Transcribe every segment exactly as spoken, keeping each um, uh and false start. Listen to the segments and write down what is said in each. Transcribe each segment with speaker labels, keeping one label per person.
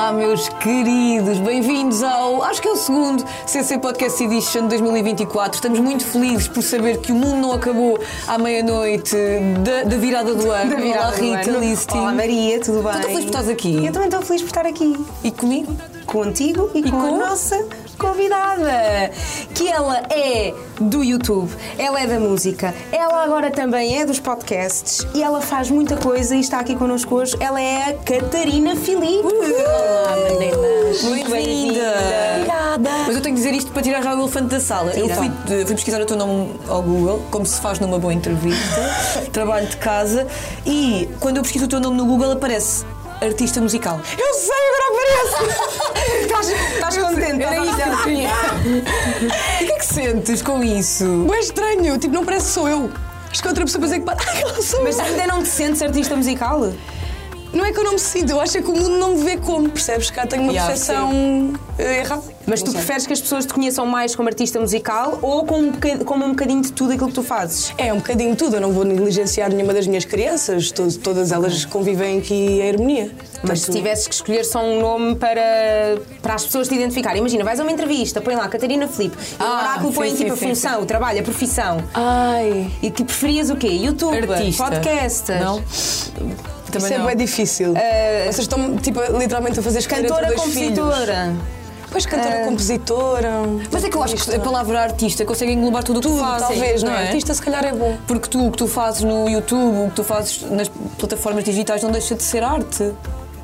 Speaker 1: Olá, meus queridos, bem-vindos ao, acho que é o segundo C C Podcast Edition de dois mil e vinte e quatro. Estamos muito felizes por saber que o mundo não acabou à meia-noite da, da virada do ano.
Speaker 2: Da virada
Speaker 1: Olá, Rita,
Speaker 2: do ano.
Speaker 1: Listi.
Speaker 2: Olá, Maria, tudo bem?
Speaker 1: Estou feliz por estás aqui.
Speaker 2: Eu também estou feliz por estar aqui.
Speaker 1: E comigo?
Speaker 2: Contigo e,
Speaker 1: E
Speaker 2: com,
Speaker 1: com?
Speaker 2: a nossa convidada, que ela é do YouTube, ela é da música, ela agora também é dos podcasts e ela faz muita coisa e está aqui connosco hoje. Ela é a Catarina Filipe.
Speaker 1: Olá, meninas. Muito
Speaker 2: bem-vinda.
Speaker 1: Obrigada. Mas eu tenho que dizer isto para tirar já o elefante da sala.
Speaker 2: Tira.
Speaker 1: Eu fui, fui pesquisar o teu nome ao Google, como se faz numa boa entrevista, trabalho de casa, e quando eu pesquiso o teu nome no Google aparece artista musical.
Speaker 2: Eu sei, agora aparece! estás, estás contente?
Speaker 1: Era isso que eu queria. E o que é que sentes com isso?
Speaker 3: É estranho, tipo, não parece que sou eu. Acho que outra pessoa pensa que pá, aquela sou
Speaker 2: Mas ainda não te sentes artista musical?
Speaker 3: Não é que eu não me sinto, eu acho que o mundo não me vê como, percebes? Cá tenho uma
Speaker 1: Yeah,
Speaker 3: percepção eh, errada.
Speaker 2: Mas
Speaker 3: Não
Speaker 2: tu
Speaker 3: sei.
Speaker 2: preferes que as pessoas te conheçam mais como artista musical ou como um, bocadinho, como um bocadinho de tudo aquilo que tu fazes?
Speaker 3: É um bocadinho tudo, eu não vou negligenciar nenhuma das minhas crianças, to- todas elas convivem aqui em harmonia.
Speaker 2: Mas se
Speaker 3: Portanto,
Speaker 2: tivesses que escolher só um nome para, para as pessoas te identificarem, imagina, vais a uma entrevista, põe lá Catarina Filipe, e o
Speaker 1: Ah,
Speaker 2: oráculo põe
Speaker 1: sim,
Speaker 2: tipo
Speaker 1: sim,
Speaker 2: a
Speaker 1: sim,
Speaker 2: função, o trabalho, a profissão.
Speaker 3: Ai,
Speaker 2: E que preferias o quê? YouTube,
Speaker 1: Artista.
Speaker 2: podcast,
Speaker 1: Não? Também
Speaker 3: isso é
Speaker 1: não.
Speaker 3: bem difícil. Vocês estão, tipo, literalmente a fazer escolher
Speaker 2: cantora,
Speaker 3: entre dois filhos.
Speaker 2: compositora.
Speaker 3: Pois, cantora,
Speaker 2: Ah.
Speaker 3: compositora.
Speaker 1: Mas é que eu acho que a palavra artista consegue englobar tudo o que tu
Speaker 3: Tudo,
Speaker 1: fazes.
Speaker 3: talvez, não é?
Speaker 1: é?
Speaker 3: Artista se calhar é bom.
Speaker 1: Porque tu, o que tu fazes no YouTube, o que tu fazes nas plataformas digitais não deixa de ser arte.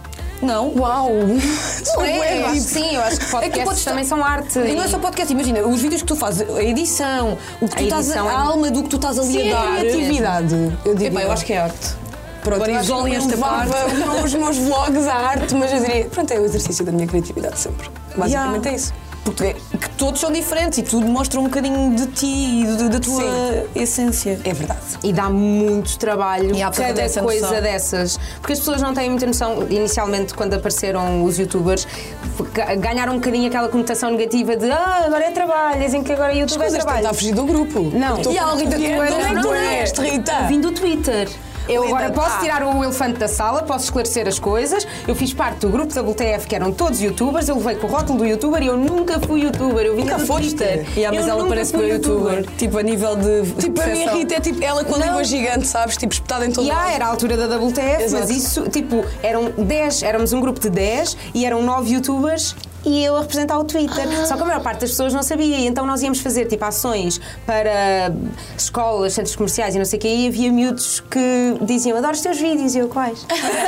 Speaker 1: Não?
Speaker 3: Uau!
Speaker 2: Não é? Eu acho que
Speaker 3: Tipo,
Speaker 2: sim, eu acho que podcasts
Speaker 1: podes
Speaker 2: também
Speaker 1: estar-
Speaker 2: são arte.
Speaker 1: E não é só podcast, imagina, os vídeos que tu fazes, a edição, o que tu
Speaker 2: A
Speaker 1: estás,
Speaker 2: edição
Speaker 1: a
Speaker 2: é-
Speaker 1: alma do que tu estás ali
Speaker 3: Sim,
Speaker 1: a
Speaker 3: é
Speaker 1: dar.
Speaker 3: criatividade, eu diria.
Speaker 1: Epá, eu acho que é arte.
Speaker 3: Pronto,
Speaker 1: Agora
Speaker 3: eu acho
Speaker 1: isolem
Speaker 3: que eu
Speaker 1: esta
Speaker 3: levava
Speaker 1: parte.
Speaker 3: os meus vlogs à arte, mas eu diria, pronto, é o exercício da minha criatividade sempre. Basicamente
Speaker 1: Yeah.
Speaker 3: é isso.
Speaker 1: Porque é que todos são diferentes e tudo mostra um bocadinho de ti e de- da tua
Speaker 3: Sim.
Speaker 1: essência.
Speaker 3: É verdade.
Speaker 2: E dá muito trabalho
Speaker 1: E há pessoa que
Speaker 2: cada
Speaker 1: tem essa
Speaker 2: coisa
Speaker 1: noção.
Speaker 2: dessas. Porque as pessoas não têm muita noção. Inicialmente, quando apareceram os youtubers, ga- ganharam um bocadinho aquela conotação negativa de ah, agora é trabalho, dizem que agora YouTube é
Speaker 3: Coisas
Speaker 2: trabalho.
Speaker 3: tentar fugir do grupo.
Speaker 2: Não.
Speaker 3: Estou
Speaker 1: E a Rita, tu
Speaker 3: compreendendo.
Speaker 1: eras-
Speaker 3: Onde é que tu
Speaker 2: não,
Speaker 3: és,
Speaker 2: não.
Speaker 3: Rita?
Speaker 2: Eu vim do Twitter. Eu
Speaker 3: Rita,
Speaker 2: agora posso
Speaker 3: ah.
Speaker 2: tirar o elefante da sala, posso esclarecer as coisas. Eu fiz parte do grupo da W T F, que eram todos youtubers. Eu levei com o rótulo do youtuber e eu nunca fui youtuber. Eu vinha
Speaker 3: Nunca
Speaker 2: do
Speaker 3: foste?
Speaker 2: Twitter.
Speaker 1: Yeah, mas
Speaker 2: Eu
Speaker 1: ela
Speaker 2: nunca
Speaker 1: parece
Speaker 2: fui
Speaker 1: bem youtuber. Tipo, a nível de.
Speaker 3: Tipo, a minha
Speaker 1: percepção.
Speaker 3: Rita é tipo ela com a
Speaker 2: Não.
Speaker 3: língua gigante, sabes? Tipo, espetada em todo
Speaker 2: E ah,
Speaker 3: lado.
Speaker 2: era a altura da W T F,
Speaker 3: Exato.
Speaker 2: mas isso, tipo, eram dez, éramos um grupo de dez e eram nove youtubers e eu a representar o Twitter. Só que a maior parte das pessoas não sabia, e então nós íamos fazer tipo ações para escolas, centros comerciais e não sei o quê, e havia miúdos que diziam: adoro os teus vídeos, e eu quais?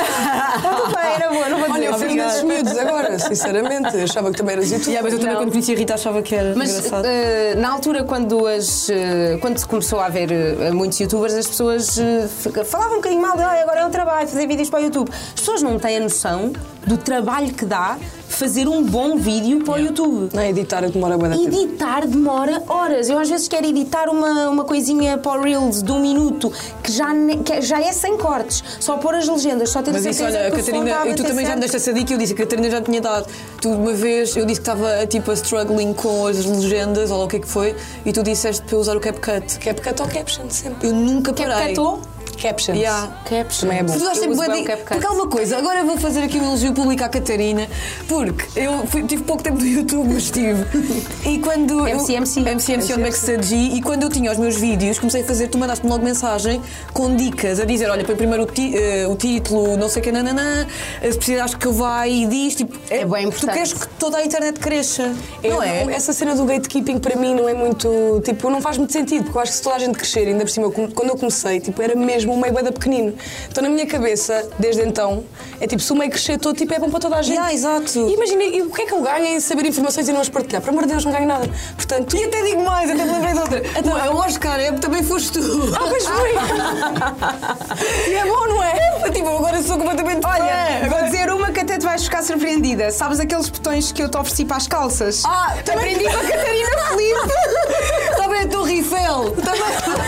Speaker 2: Tá tudo bem, era boa, não vou dizer.
Speaker 3: Olha, eu fui
Speaker 2: obrigada.
Speaker 3: nesses miúdos agora, sinceramente. Eu achava que também eras youtuber.
Speaker 1: Yeah, mas eu também,
Speaker 2: Não.
Speaker 1: quando conheci a Rita, achava que era
Speaker 2: Mas
Speaker 1: engraçado.
Speaker 2: eh, na altura, quando, as, eh, quando se começou a haver eh, muitos youtubers, as pessoas eh, fica- falavam um bocadinho mal de ah, agora é um trabalho fazer vídeos para o YouTube. As pessoas não têm a noção do trabalho que dá fazer um bom vídeo para o YouTube.
Speaker 3: Não, editar demora bué da tempo.
Speaker 2: Editar demora horas. Eu às vezes quero editar uma, uma coisinha para o Reels de um minuto que já, ne- que já é sem cortes, só pôr as legendas, só ter a
Speaker 1: Mas isso,
Speaker 2: certeza
Speaker 1: olha, a
Speaker 2: que o som
Speaker 1: Catarina,
Speaker 2: está a
Speaker 1: e tu
Speaker 2: bater
Speaker 1: também já me
Speaker 2: certo.
Speaker 1: deste essa dica, eu disse que a Catarina já me tinha dado. Tu uma vez, eu disse que estava tipo a struggling com as legendas, ou lá o que é que foi, e tu disseste para eu usar o CapCut.
Speaker 3: CapCut ou Caption, sempre.
Speaker 1: Eu nunca parei.
Speaker 2: CapCutou?
Speaker 3: Captions.
Speaker 1: Yeah.
Speaker 2: Caption.
Speaker 3: Também é bom.
Speaker 1: Tu dás
Speaker 2: Eu
Speaker 1: sempre
Speaker 2: uso
Speaker 1: bué
Speaker 2: bem
Speaker 1: de-
Speaker 2: o CapCut.
Speaker 1: Porque há uma coisa, agora eu vou fazer aqui um elogio público à Catarina, porque eu fui- tive pouco tempo no YouTube, mas tive. E quando.
Speaker 2: M C M C.
Speaker 1: Eu, M C M C on Backstage. E quando eu tinha os meus vídeos, comecei a fazer, tu mandaste-me logo mensagem com dicas, a dizer: olha, põe primeiro o, ti- eh, o título, não sei o que, nananã, se precisares que eu vá e diz. Tipo,
Speaker 2: É bem
Speaker 1: Tu
Speaker 2: importante.
Speaker 1: queres que toda a internet cresça,
Speaker 3: Eu
Speaker 1: não é?
Speaker 3: não- Essa cena do gatekeeping para mim não é muito. Tipo, não faz muito sentido, porque eu acho que se toda a gente crescer, ainda por cima, eu, quando eu comecei, tipo, era mesmo um meio bué da pequenino. Então na minha cabeça, desde então, é tipo, se o meio crescer todo, tipo, é bom para toda a gente.
Speaker 1: Yeah, exato.
Speaker 3: E imagina, e o que é que eu ganho em saber informações e não as partilhar? Por amor de Deus, não ganho nada. Portanto,
Speaker 1: E até digo mais, até me lembrei de outra. Então, o Oscar é, também foste tu.
Speaker 3: ah, pois foi! E é bom, não é?
Speaker 1: Tipo, agora sou completamente
Speaker 2: Olha,
Speaker 1: fã.
Speaker 2: vou dizer uma que até te vais ficar surpreendida. Sabes aqueles botões que eu te ofereci para as calças?
Speaker 1: Ah, também
Speaker 2: Aprendi com a Catarina Filipe.
Speaker 1: Também a Torre Eiffel. Também.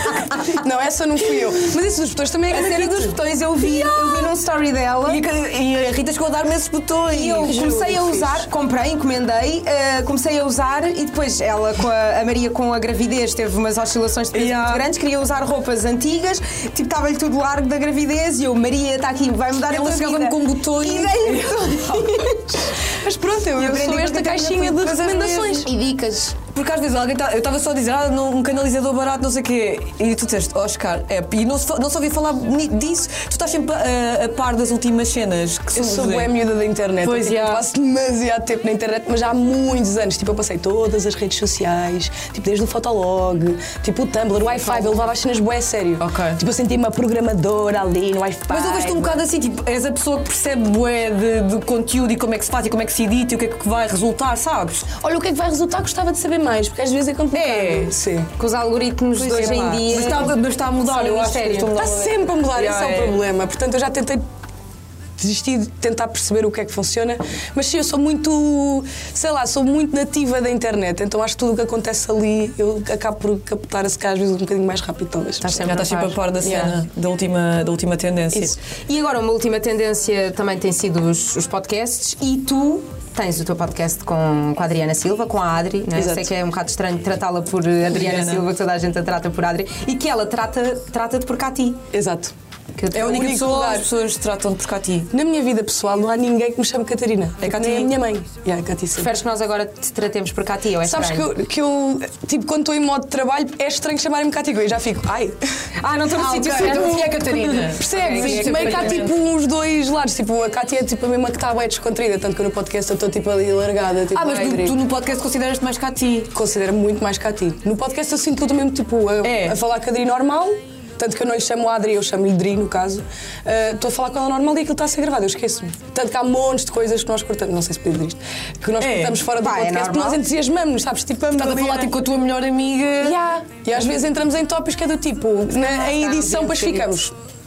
Speaker 3: Não, essa não fui eu. Mas isso dos botões também é
Speaker 2: A cena dos botões eu vi, eu vi num story dela.
Speaker 1: E, e a Rita chegou a dar-me esses botões.
Speaker 2: E eu comecei a
Speaker 3: Juro,
Speaker 2: usar,
Speaker 3: fixe.
Speaker 2: comprei, encomendei, uh, comecei a usar e depois ela, com a, a Maria com a gravidez, teve umas oscilações de peso
Speaker 1: Yeah.
Speaker 2: muito grandes, queria usar roupas antigas, tipo, estava-lhe tudo largo da gravidez e eu, Maria, está aqui, vai mudar a
Speaker 1: Ela
Speaker 2: tua
Speaker 1: chegava-me
Speaker 2: vida.
Speaker 1: com botões.
Speaker 2: E dei-lhe botões.
Speaker 3: Mas pronto, eu,
Speaker 2: E
Speaker 3: eu
Speaker 2: aprendi
Speaker 3: sou esta
Speaker 2: porque
Speaker 3: caixinha
Speaker 2: tenho
Speaker 3: de
Speaker 2: coisas
Speaker 3: recomendações.
Speaker 1: E dicas. Porque às vezes alguém tá, eu estava só a dizer, ah, não, um canalizador barato, não sei o quê. E tu disseste, Oscar, é. E não, se, não só ouvi falar ni- disso. Tu estás sempre a, a par das últimas cenas que
Speaker 3: Eu
Speaker 1: são.
Speaker 3: sou bué miúda da internet.
Speaker 1: Pois,
Speaker 3: eu, tipo,
Speaker 1: já.
Speaker 3: passo demasiado tempo na internet, mas já há muitos anos. Tipo, eu passei todas as redes sociais, tipo, desde o Fotolog, tipo o Tumblr, o Wi-Fi, eu levava as cenas bué a sério.
Speaker 1: Ok.
Speaker 3: Tipo, eu sentia uma programadora ali no Wi-Fi.
Speaker 1: Mas eu vejo-te um bocado assim, tipo, és a pessoa que percebe bué de, de conteúdo e como é que se faz e como é que se edita e o que é que vai resultar, sabes?
Speaker 3: Olha, o que é que vai resultar? Gostava de saber mais, porque às vezes é complicado.
Speaker 1: É.
Speaker 3: Sim.
Speaker 2: Com os algoritmos de hoje em dia.
Speaker 1: Mas está, mas está a mudar,
Speaker 2: São
Speaker 1: eu
Speaker 2: um
Speaker 1: acho que
Speaker 2: mistério.
Speaker 1: estão a mudar.
Speaker 3: Está sempre a mudar,
Speaker 1: Yeah,
Speaker 3: esse é o
Speaker 1: é.
Speaker 3: problema. Portanto, eu já tentei desistir de tentar perceber o que é que funciona, mas sim, eu sou muito, sei lá, sou muito nativa da internet, então acho que tudo o que acontece ali eu acabo por captar, se calhar, às vezes um bocadinho mais rápido, talvez.
Speaker 2: Estás
Speaker 1: Já estás sempre a par da cena,
Speaker 3: Yeah.
Speaker 1: da, última, da última tendência.
Speaker 3: Isso.
Speaker 2: E agora uma última tendência também tem sido os, os podcasts e tu tens o teu podcast com, com a Adriana Silva, com a Adri, não é?
Speaker 3: Exato.
Speaker 2: Sei que é um bocado estranho tratá-la por Adriana,
Speaker 1: Adriana.
Speaker 2: Silva, que toda a gente a trata por Adri, e que ela trata, trata-te por Cati.
Speaker 3: Exato.
Speaker 2: Que eu-
Speaker 1: É a única
Speaker 3: único
Speaker 1: pessoa
Speaker 3: lugar.
Speaker 1: as pessoas tratam por cá a ti.
Speaker 3: Na minha vida pessoal não há ninguém que me chame Catarina.
Speaker 1: É Cati.
Speaker 3: Nem a minha mãe. Yeah, é Cati, sim.
Speaker 2: Preferes que nós agora te tratemos por Cati ou é
Speaker 3: Sabes que
Speaker 2: estranho?
Speaker 3: eu, que eu, tipo, quando estou em modo de trabalho, é estranho chamarem-me Cati. Eu já fico, ai.
Speaker 2: Ah, não estou no
Speaker 1: Ah,
Speaker 2: sítio
Speaker 1: ok.
Speaker 2: certo.
Speaker 1: Então, e a Catarina?
Speaker 3: Percebes?
Speaker 1: Ok,
Speaker 3: Meio que há
Speaker 1: perfeitamente.
Speaker 3: tipo uns dois lados. Tipo, a Cátia é tipo a mesma que está bem descontraída, tanto que eu no podcast eu estou tipo ali largada. Tipo,
Speaker 1: Ah, mas
Speaker 3: ai,
Speaker 1: tu,
Speaker 3: Rodrigo.
Speaker 1: tu no podcast consideras-te mais cá a ti.
Speaker 3: Considero muito mais Cati. No podcast eu sinto tudo mesmo tipo a,
Speaker 1: É.
Speaker 3: a falar com a Adri normal. Tanto que eu não lhe chamo Adri, eu chamo-lhe Dri, no caso. Ah, Estou a falar com ela normal e aquilo está a ser gravado, eu esqueço-me. Tanto que há montes de coisas que nós cortamos, não sei se podia dizer isto, que nós
Speaker 1: É.
Speaker 3: cortamos fora do
Speaker 2: Pá, é
Speaker 3: podcast, porque
Speaker 2: normal.
Speaker 3: nós entusiasmamos, sabes? Tipo,
Speaker 1: Estás a falar tipo, com a tua melhor amiga.
Speaker 3: Yeah. E às vezes entramos em tópicos que é do tipo, na em edição, depois
Speaker 2: sim,
Speaker 3: ficamos.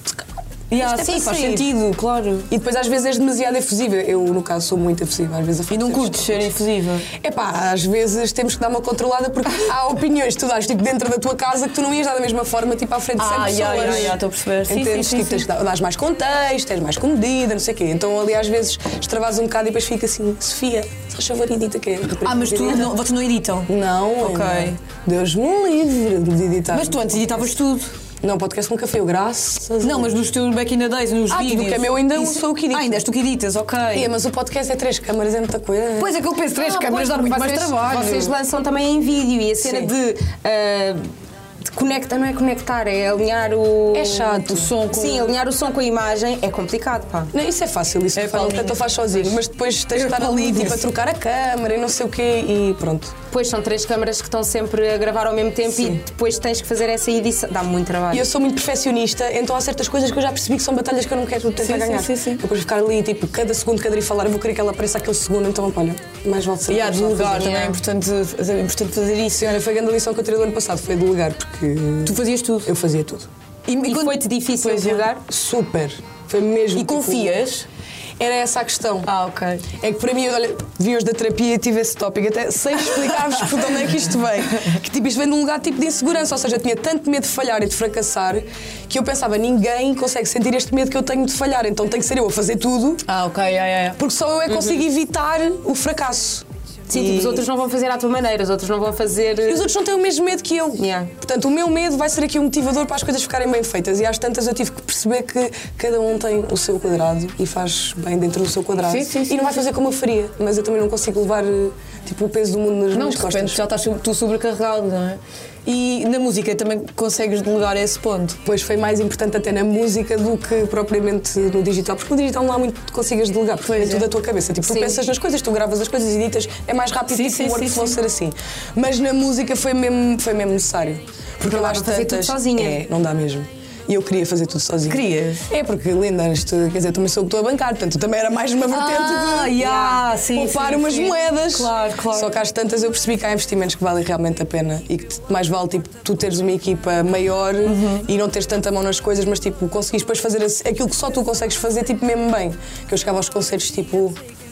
Speaker 1: Yeah,
Speaker 3: Isto é
Speaker 1: sim,
Speaker 3: para
Speaker 1: faz
Speaker 3: sair.
Speaker 1: sentido, claro.
Speaker 3: E depois às vezes és demasiado efusiva. Eu, no caso, sou muito efusiva, às vezes a
Speaker 1: E não
Speaker 3: fazer
Speaker 1: curtes ser efusiva.
Speaker 3: É pá, às vezes temos que dar uma controlada porque há opiniões que tu dás tipo, dentro da tua casa que tu não ias dar da mesma forma tipo, à frente de cem
Speaker 1: Ah,
Speaker 3: pessoas.
Speaker 1: já, já, já, estou a perceber. Sim,
Speaker 3: Entendes?
Speaker 1: sim, sim,
Speaker 3: Tipo, tens
Speaker 1: sim.
Speaker 3: que dar, dás mais contexto, és mais comedida, não sei o quê. Então ali às vezes extravasas um bocado e depois fica assim, Sofia, se faz favor, edita que é.
Speaker 1: Ah, mas tu, não, vocês não editam?
Speaker 3: Não,
Speaker 1: Ok.
Speaker 3: não. Deus me livre de editar.
Speaker 1: Mas tu antes editavas tudo.
Speaker 3: Não, podcast nunca foi eu, graças a
Speaker 1: Não, mas nos teus back in the days, nos
Speaker 3: Ah, tudo
Speaker 1: vídeos.
Speaker 3: que é meu ainda
Speaker 1: Isso-
Speaker 3: sou eu que edito.
Speaker 1: Ah, ainda és tu que editas, ok.
Speaker 3: É, mas o podcast é três câmaras, é muita coisa.
Speaker 1: Pois é que eu penso, três
Speaker 2: Ah,
Speaker 1: câmaras
Speaker 2: pois,
Speaker 1: dá muito
Speaker 2: vocês,
Speaker 1: mais trabalho.
Speaker 2: Vocês lançam também em vídeo e a cena
Speaker 3: Sim.
Speaker 2: de, ah, de conectar, não é conectar, é alinhar o.
Speaker 3: É chato.
Speaker 2: O som com... Sim, alinhar o som com a imagem é complicado, pá.
Speaker 3: Não, isso é fácil, isso
Speaker 1: É
Speaker 3: é fácil,
Speaker 1: Paulinho.
Speaker 3: tanto faz sozinho, mas depois tens de estar ali tipo, a trocar a câmara e não sei o quê e pronto.
Speaker 2: Depois são três câmaras que estão sempre a gravar ao mesmo tempo
Speaker 3: Sim.
Speaker 2: e depois tens que fazer essa edição. Dá muito trabalho.
Speaker 3: E eu sou muito perfeccionista, então há certas coisas que eu já percebi que são batalhas que eu não quero tentar
Speaker 1: Sim, sim,
Speaker 3: ganhar.
Speaker 1: sim, sim.
Speaker 3: Eu depois ficar ali, tipo, cada segundo que a Adri falar, eu vou querer que ela apareça aquele segundo, então olha, mais vale ser.
Speaker 1: E há
Speaker 3: mais vale
Speaker 1: delegar
Speaker 3: fazer.
Speaker 1: também, é importante, é importante fazer isso.
Speaker 3: Sim, olha, foi a grande lição que eu tirei do ano passado, foi delegar, porque
Speaker 1: Tu fazias tudo.
Speaker 3: eu fazia tudo.
Speaker 2: E,
Speaker 1: quando-
Speaker 2: foi-te difícil
Speaker 1: Pois é.
Speaker 2: jogar?
Speaker 3: Super. Foi mesmo.
Speaker 1: E
Speaker 3: tipo,
Speaker 1: confias?
Speaker 3: Era essa a questão.
Speaker 1: Ah, ok.
Speaker 3: É que para mim, olha, vi hoje da terapia e tive esse tópico, até sei explicar-vos por onde é que isto vem. Que tipo, isto vem de um lugar tipo de insegurança, ou seja, eu tinha tanto medo de falhar e de fracassar que eu pensava, ninguém consegue sentir este medo que eu tenho de falhar, então tem que ser eu a fazer tudo,
Speaker 1: Ah, ok, é, é.
Speaker 3: porque só eu é que consigo evitar o fracasso.
Speaker 2: Sim,
Speaker 3: E-
Speaker 2: tipo, os outros não vão fazer à tua maneira, os outros não vão fazer.
Speaker 3: E os outros não têm o mesmo medo que eu.
Speaker 2: Yeah.
Speaker 3: Portanto, o meu medo vai ser aqui um motivador para as coisas ficarem bem feitas. E às tantas eu tive que perceber que cada um tem o seu quadrado e faz bem dentro do seu quadrado.
Speaker 1: Sim, sim, sim,
Speaker 3: e não vai fazer como eu faria. Mas eu também não consigo levar eh, tipo, o peso do mundo nas
Speaker 1: Não,
Speaker 3: minhas
Speaker 1: de
Speaker 3: costas.
Speaker 1: repente já estás tu sobrecarregado, não é? E na música também consegues delegar a esse ponto?
Speaker 3: Pois foi mais importante até na música do que propriamente no digital, porque no digital não há muito que consigas delegar, porque
Speaker 1: Pois
Speaker 3: é
Speaker 1: é.
Speaker 3: tudo da tua cabeça. Tipo, tu
Speaker 2: Sim.
Speaker 3: pensas nas coisas, tu gravas as coisas, editas, é mais rápido
Speaker 1: Sim,
Speaker 3: tipo,
Speaker 1: sim,
Speaker 3: o
Speaker 1: sim,
Speaker 3: workflow
Speaker 1: sim.
Speaker 3: ser assim. Mas na música foi mesmo, foi mesmo necessário. Porque
Speaker 2: não dá
Speaker 3: às
Speaker 2: para fazer tudo
Speaker 3: tantas-
Speaker 2: sozinha.
Speaker 3: É, não dá mesmo. E eu queria fazer tudo sozinha.
Speaker 1: Querias?
Speaker 3: É, porque, linda, isto, quer dizer, também sou o que estou a bancar, portanto, também era mais uma vertente
Speaker 1: Ah,
Speaker 3: de
Speaker 1: yeah, sim,
Speaker 3: poupar
Speaker 1: sim,
Speaker 3: umas
Speaker 1: sim.
Speaker 3: moedas.
Speaker 1: Claro, claro.
Speaker 3: Só que às tantas eu percebi que há investimentos que valem realmente a pena e que mais vale tipo, tu teres uma equipa maior
Speaker 1: Uhum.
Speaker 3: e não teres tanta mão nas coisas, mas tipo, conseguires depois fazer aquilo que só tu consegues fazer tipo, mesmo bem. Que eu chegava aos concertos tipo.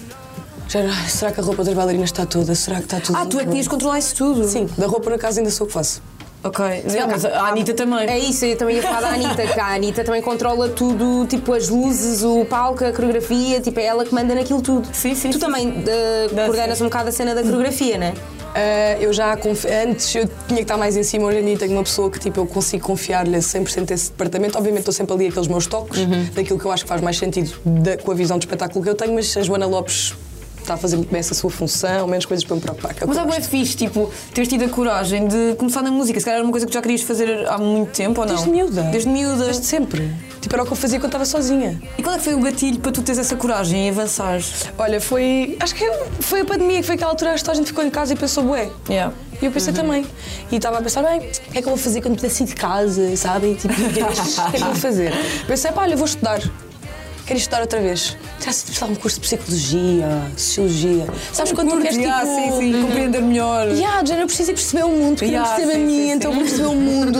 Speaker 3: Já, "Ai, será que a roupa das bailarinas está toda? Será que está tudo?
Speaker 1: Ah, tu é que tinhas que controlar isso tudo?
Speaker 3: Sim, da roupa na casa ainda sou o que faço.
Speaker 1: Ok. Não, mas a Anitta também.
Speaker 2: É isso, eu também ia falar da Anitta, que a Anitta também controla tudo, tipo as luzes, o palco, a coreografia, tipo é ela que manda naquilo tudo.
Speaker 1: Sim, sim,
Speaker 2: Tu
Speaker 1: sim,
Speaker 2: também
Speaker 1: sim.
Speaker 2: uh, coordenas um bocado a cena da coreografia, não é?
Speaker 3: Uh, eu já conf... Antes eu tinha que estar mais em cima, hoje em dia tenho uma pessoa que tipo, eu consigo confiar-lhe a cem por cento esse departamento. Obviamente estou sempre ali aqueles meus toques, uhum. daquilo que eu acho que faz mais sentido da, com a visão de espetáculo que eu tenho, mas a Joana Lopes está a fazer muito bem essa sua função, menos coisas para me preocupar.
Speaker 1: Mas é bem fixe, tipo, teres tido a coragem de começar na música. Se calhar era uma coisa que já querias fazer há muito tempo ou não?
Speaker 3: Desde miúda.
Speaker 1: Desde miúda.
Speaker 3: Desde sempre. Tipo, era o que eu fazia quando estava sozinha.
Speaker 1: E qual é que foi o gatilho para tu teres essa coragem e avançares?
Speaker 3: Olha, foi. Acho que foi a pandemia, que foi aquela altura que a gente ficou em casa e pensou, bué.
Speaker 1: Yeah.
Speaker 3: E eu pensei uhum. também. E estava a pensar, bem, o que é que eu vou fazer quando puder sair de casa, sabe? Tipo, o que é que eu vou fazer? Pensei, pá, olha, vou estudar. Quero estudar outra vez. Já se estava um curso de psicologia, sociologia. Sabes quando tu queres tipo...
Speaker 1: Ah, sim, sim, compreender melhor.
Speaker 3: Yeah, já eu preciso perceber o mundo, porque yeah, não percebo a mim, então vou perceber o mundo.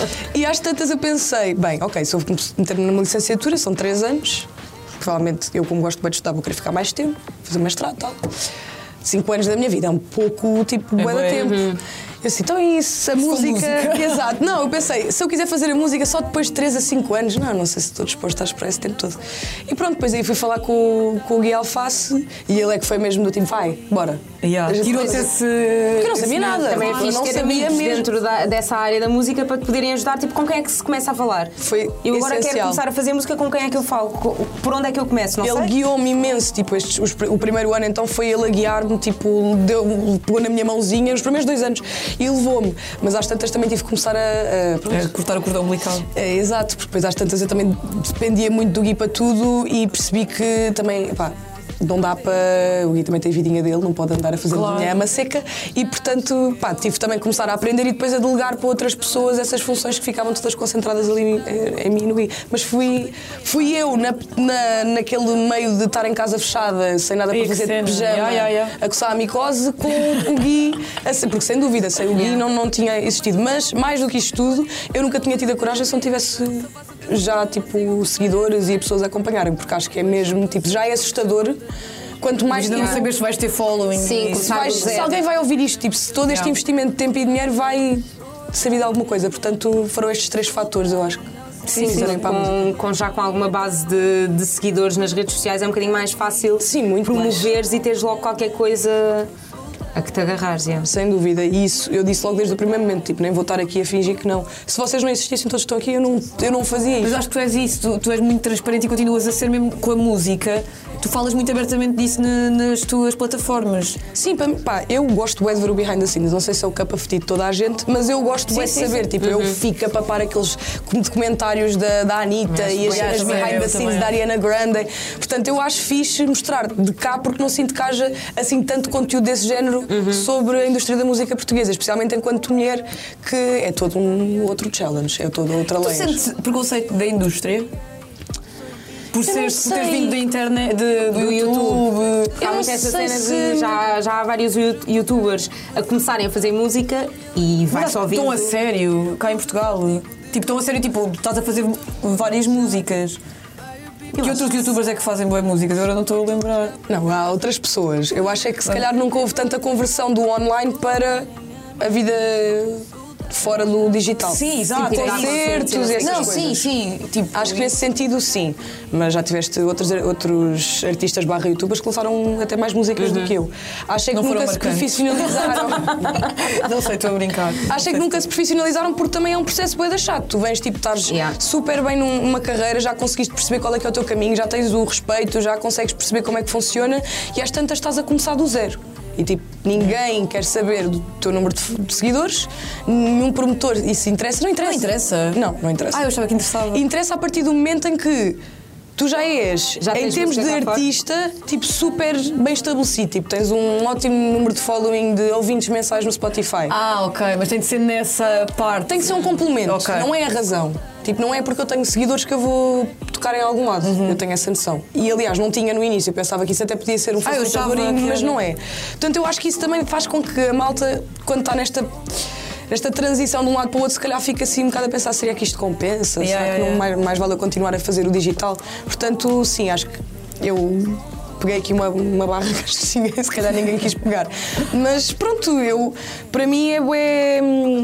Speaker 3: E às tantas eu pensei, bem, ok, se eu meter numa licenciatura, são três anos. Provavelmente eu, como gosto bem de estudar, vou querer ficar mais tempo, fazer mestrado e tal. Cinco anos da minha vida é um pouco, tipo, bué de tempo. Uhum. Eu disse, então é isso, a música... música. Exato. Não, eu pensei, se eu quiser fazer a música só depois de três a cinco anos, não, não sei se estou disposto a esperar esse tempo todo. E pronto, depois aí fui falar com, com o Gui Alface e ele é que foi mesmo do time, vai, bora.
Speaker 1: Yeah. Tirou-te esse...
Speaker 3: Porque eu não sabia nada.
Speaker 2: Também é fixe
Speaker 3: não
Speaker 2: ter
Speaker 3: sabia
Speaker 2: amigos
Speaker 3: mesmo.
Speaker 2: dentro da, dessa área da música para te poderem ajudar, tipo, com quem é que se começa a falar?
Speaker 3: Foi
Speaker 2: Eu agora
Speaker 3: essencial.
Speaker 2: quero começar a fazer música, com quem é que eu falo? Por onde é que eu começo? Não
Speaker 3: ele
Speaker 2: sei.
Speaker 3: guiou-me imenso, tipo, estes, os, o primeiro ano então foi ele a guiar-me, tipo, deu, pegou na minha mãozinha, os primeiros dois anos, e levou-me. Mas às tantas também tive que começar a... a,
Speaker 1: a cortar o cordão umbilical.
Speaker 3: É, exato, porque depois às tantas eu também dependia muito do Gui para tudo e percebi que também, pá, não dá para... O Gui também tem a vidinha dele, não pode andar a fazer
Speaker 1: claro.
Speaker 3: Dinheama seca e, portanto, pá, tive também que começar a aprender e depois a delegar para outras pessoas essas funções que ficavam todas concentradas ali em, em mim e no Gui. Mas fui, fui eu, na, na, naquele meio de estar em casa fechada, sem nada para fazer, de pijama,
Speaker 1: yeah, yeah, yeah.
Speaker 3: a coçar a micose, com o Gui, assim, porque sem dúvida, sem o Gui yeah. não, não tinha existido. Mas, mais do que isto tudo, eu nunca tinha tido a coragem se não tivesse já, tipo, seguidores e pessoas a acompanharem, porque acho que é mesmo, tipo, já é assustador. Quanto mais
Speaker 1: ainda não sabes se vais ter following.
Speaker 2: Sim,
Speaker 3: se, vais, se alguém vai ouvir isto, tipo, se todo este yeah. investimento de tempo e dinheiro vai servir de alguma coisa. Portanto, foram estes três fatores, eu acho.
Speaker 2: Sim, sim, sim. Com, com já com alguma base de, de seguidores nas redes sociais é um bocadinho mais fácil
Speaker 3: sim, muito
Speaker 2: promoveres
Speaker 3: mais.
Speaker 2: E teres logo qualquer coisa a que te agarrares. Yeah.
Speaker 3: Sem dúvida, e isso eu disse logo desde o primeiro momento, tipo, nem vou estar aqui a fingir que não. Se vocês não existissem, todos estão aqui, eu não, eu não fazia isso.
Speaker 1: Mas acho que tu és isso, tu, tu és muito transparente e continuas a ser mesmo com a música. Tu falas muito abertamente disso na, nas tuas plataformas.
Speaker 3: Sim, pá, pá, eu gosto de ver o behind the scenes, não sei se é o cup of tea de toda a gente, mas eu gosto de saber, sim. tipo, uhum. eu fico a papar aqueles documentários da, da Anitta mas, e as cenas behind the scenes da Ariana Grande. Portanto, eu acho fixe mostrar de cá, porque não sinto que haja assim tanto conteúdo desse género uhum. sobre a indústria da música portuguesa, especialmente enquanto mulher, que é todo um outro challenge, é toda outra lei.
Speaker 1: Tu sentes preconceito da indústria? Por, ser, por ter vindo da internet, de, do, do YouTube. YouTube.
Speaker 2: Há muita essa cena se... de já, já há vários youtubers a começarem a fazer música e vai só vir.
Speaker 1: Estão a sério, cá em Portugal. Tipo, estão a sério, tipo, estás a fazer várias músicas. Eu que outros que... youtubers é que fazem boas músicas? Agora não estou a lembrar.
Speaker 3: Não, há outras pessoas. Eu acho é que se calhar nunca houve tanta conversão do online para a vida fora do digital.
Speaker 1: Sim, exato.
Speaker 3: Tipo, concertos e essas
Speaker 1: não,
Speaker 3: coisas.
Speaker 1: Sim, sim. Tipo,
Speaker 3: acho que nesse sentido, sim. Mas já tiveste outros, outros artistas barra youtubers que lançaram até mais músicas uhum. do que eu. Acho é que
Speaker 1: não
Speaker 3: nunca se profissionalizaram.
Speaker 1: Não sei, estou a brincar.
Speaker 3: Acho é que nunca se profissionalizaram porque também é um processo bué da chato. Tu vens, tipo, estás yeah. super bem numa carreira, já conseguiste perceber qual é que é o teu caminho, já tens o respeito, já consegues perceber como é que funciona e às tantas estás a começar do zero. E tipo, ninguém quer saber do teu número de seguidores, nenhum promotor, isso interessa? Não interessa.
Speaker 1: Não interessa?
Speaker 3: Não, não interessa.
Speaker 1: Ah, eu achava que interessava.
Speaker 3: Interessa a partir do momento em que tu já és, já em termos de artista, tipo, super bem estabelecido. Tipo, tens um ótimo número de following de ouvintes mensais no Spotify.
Speaker 1: Ah, ok, mas tem de ser nessa parte.
Speaker 3: Tem que ser um complemento, okay. não é a razão. Tipo, não é porque eu tenho seguidores que eu vou tocar em algum lado. Uhum. Eu tenho essa noção. E, aliás, não tinha no início. Eu pensava que isso até podia ser um facilitador, ah, mas não é. Portanto, eu acho que isso também faz com que a malta, quando está nesta... Esta transição de um lado para o outro, se calhar fica assim um bocado a pensar, seria que isto compensa?
Speaker 1: Yeah,
Speaker 3: será que
Speaker 1: yeah,
Speaker 3: não
Speaker 1: yeah.
Speaker 3: mais, mais vale eu continuar a fazer o digital? Portanto, sim, acho que eu peguei aqui uma, uma barra que acho que sim, se calhar ninguém quis pegar. Mas pronto, eu, para mim é, é,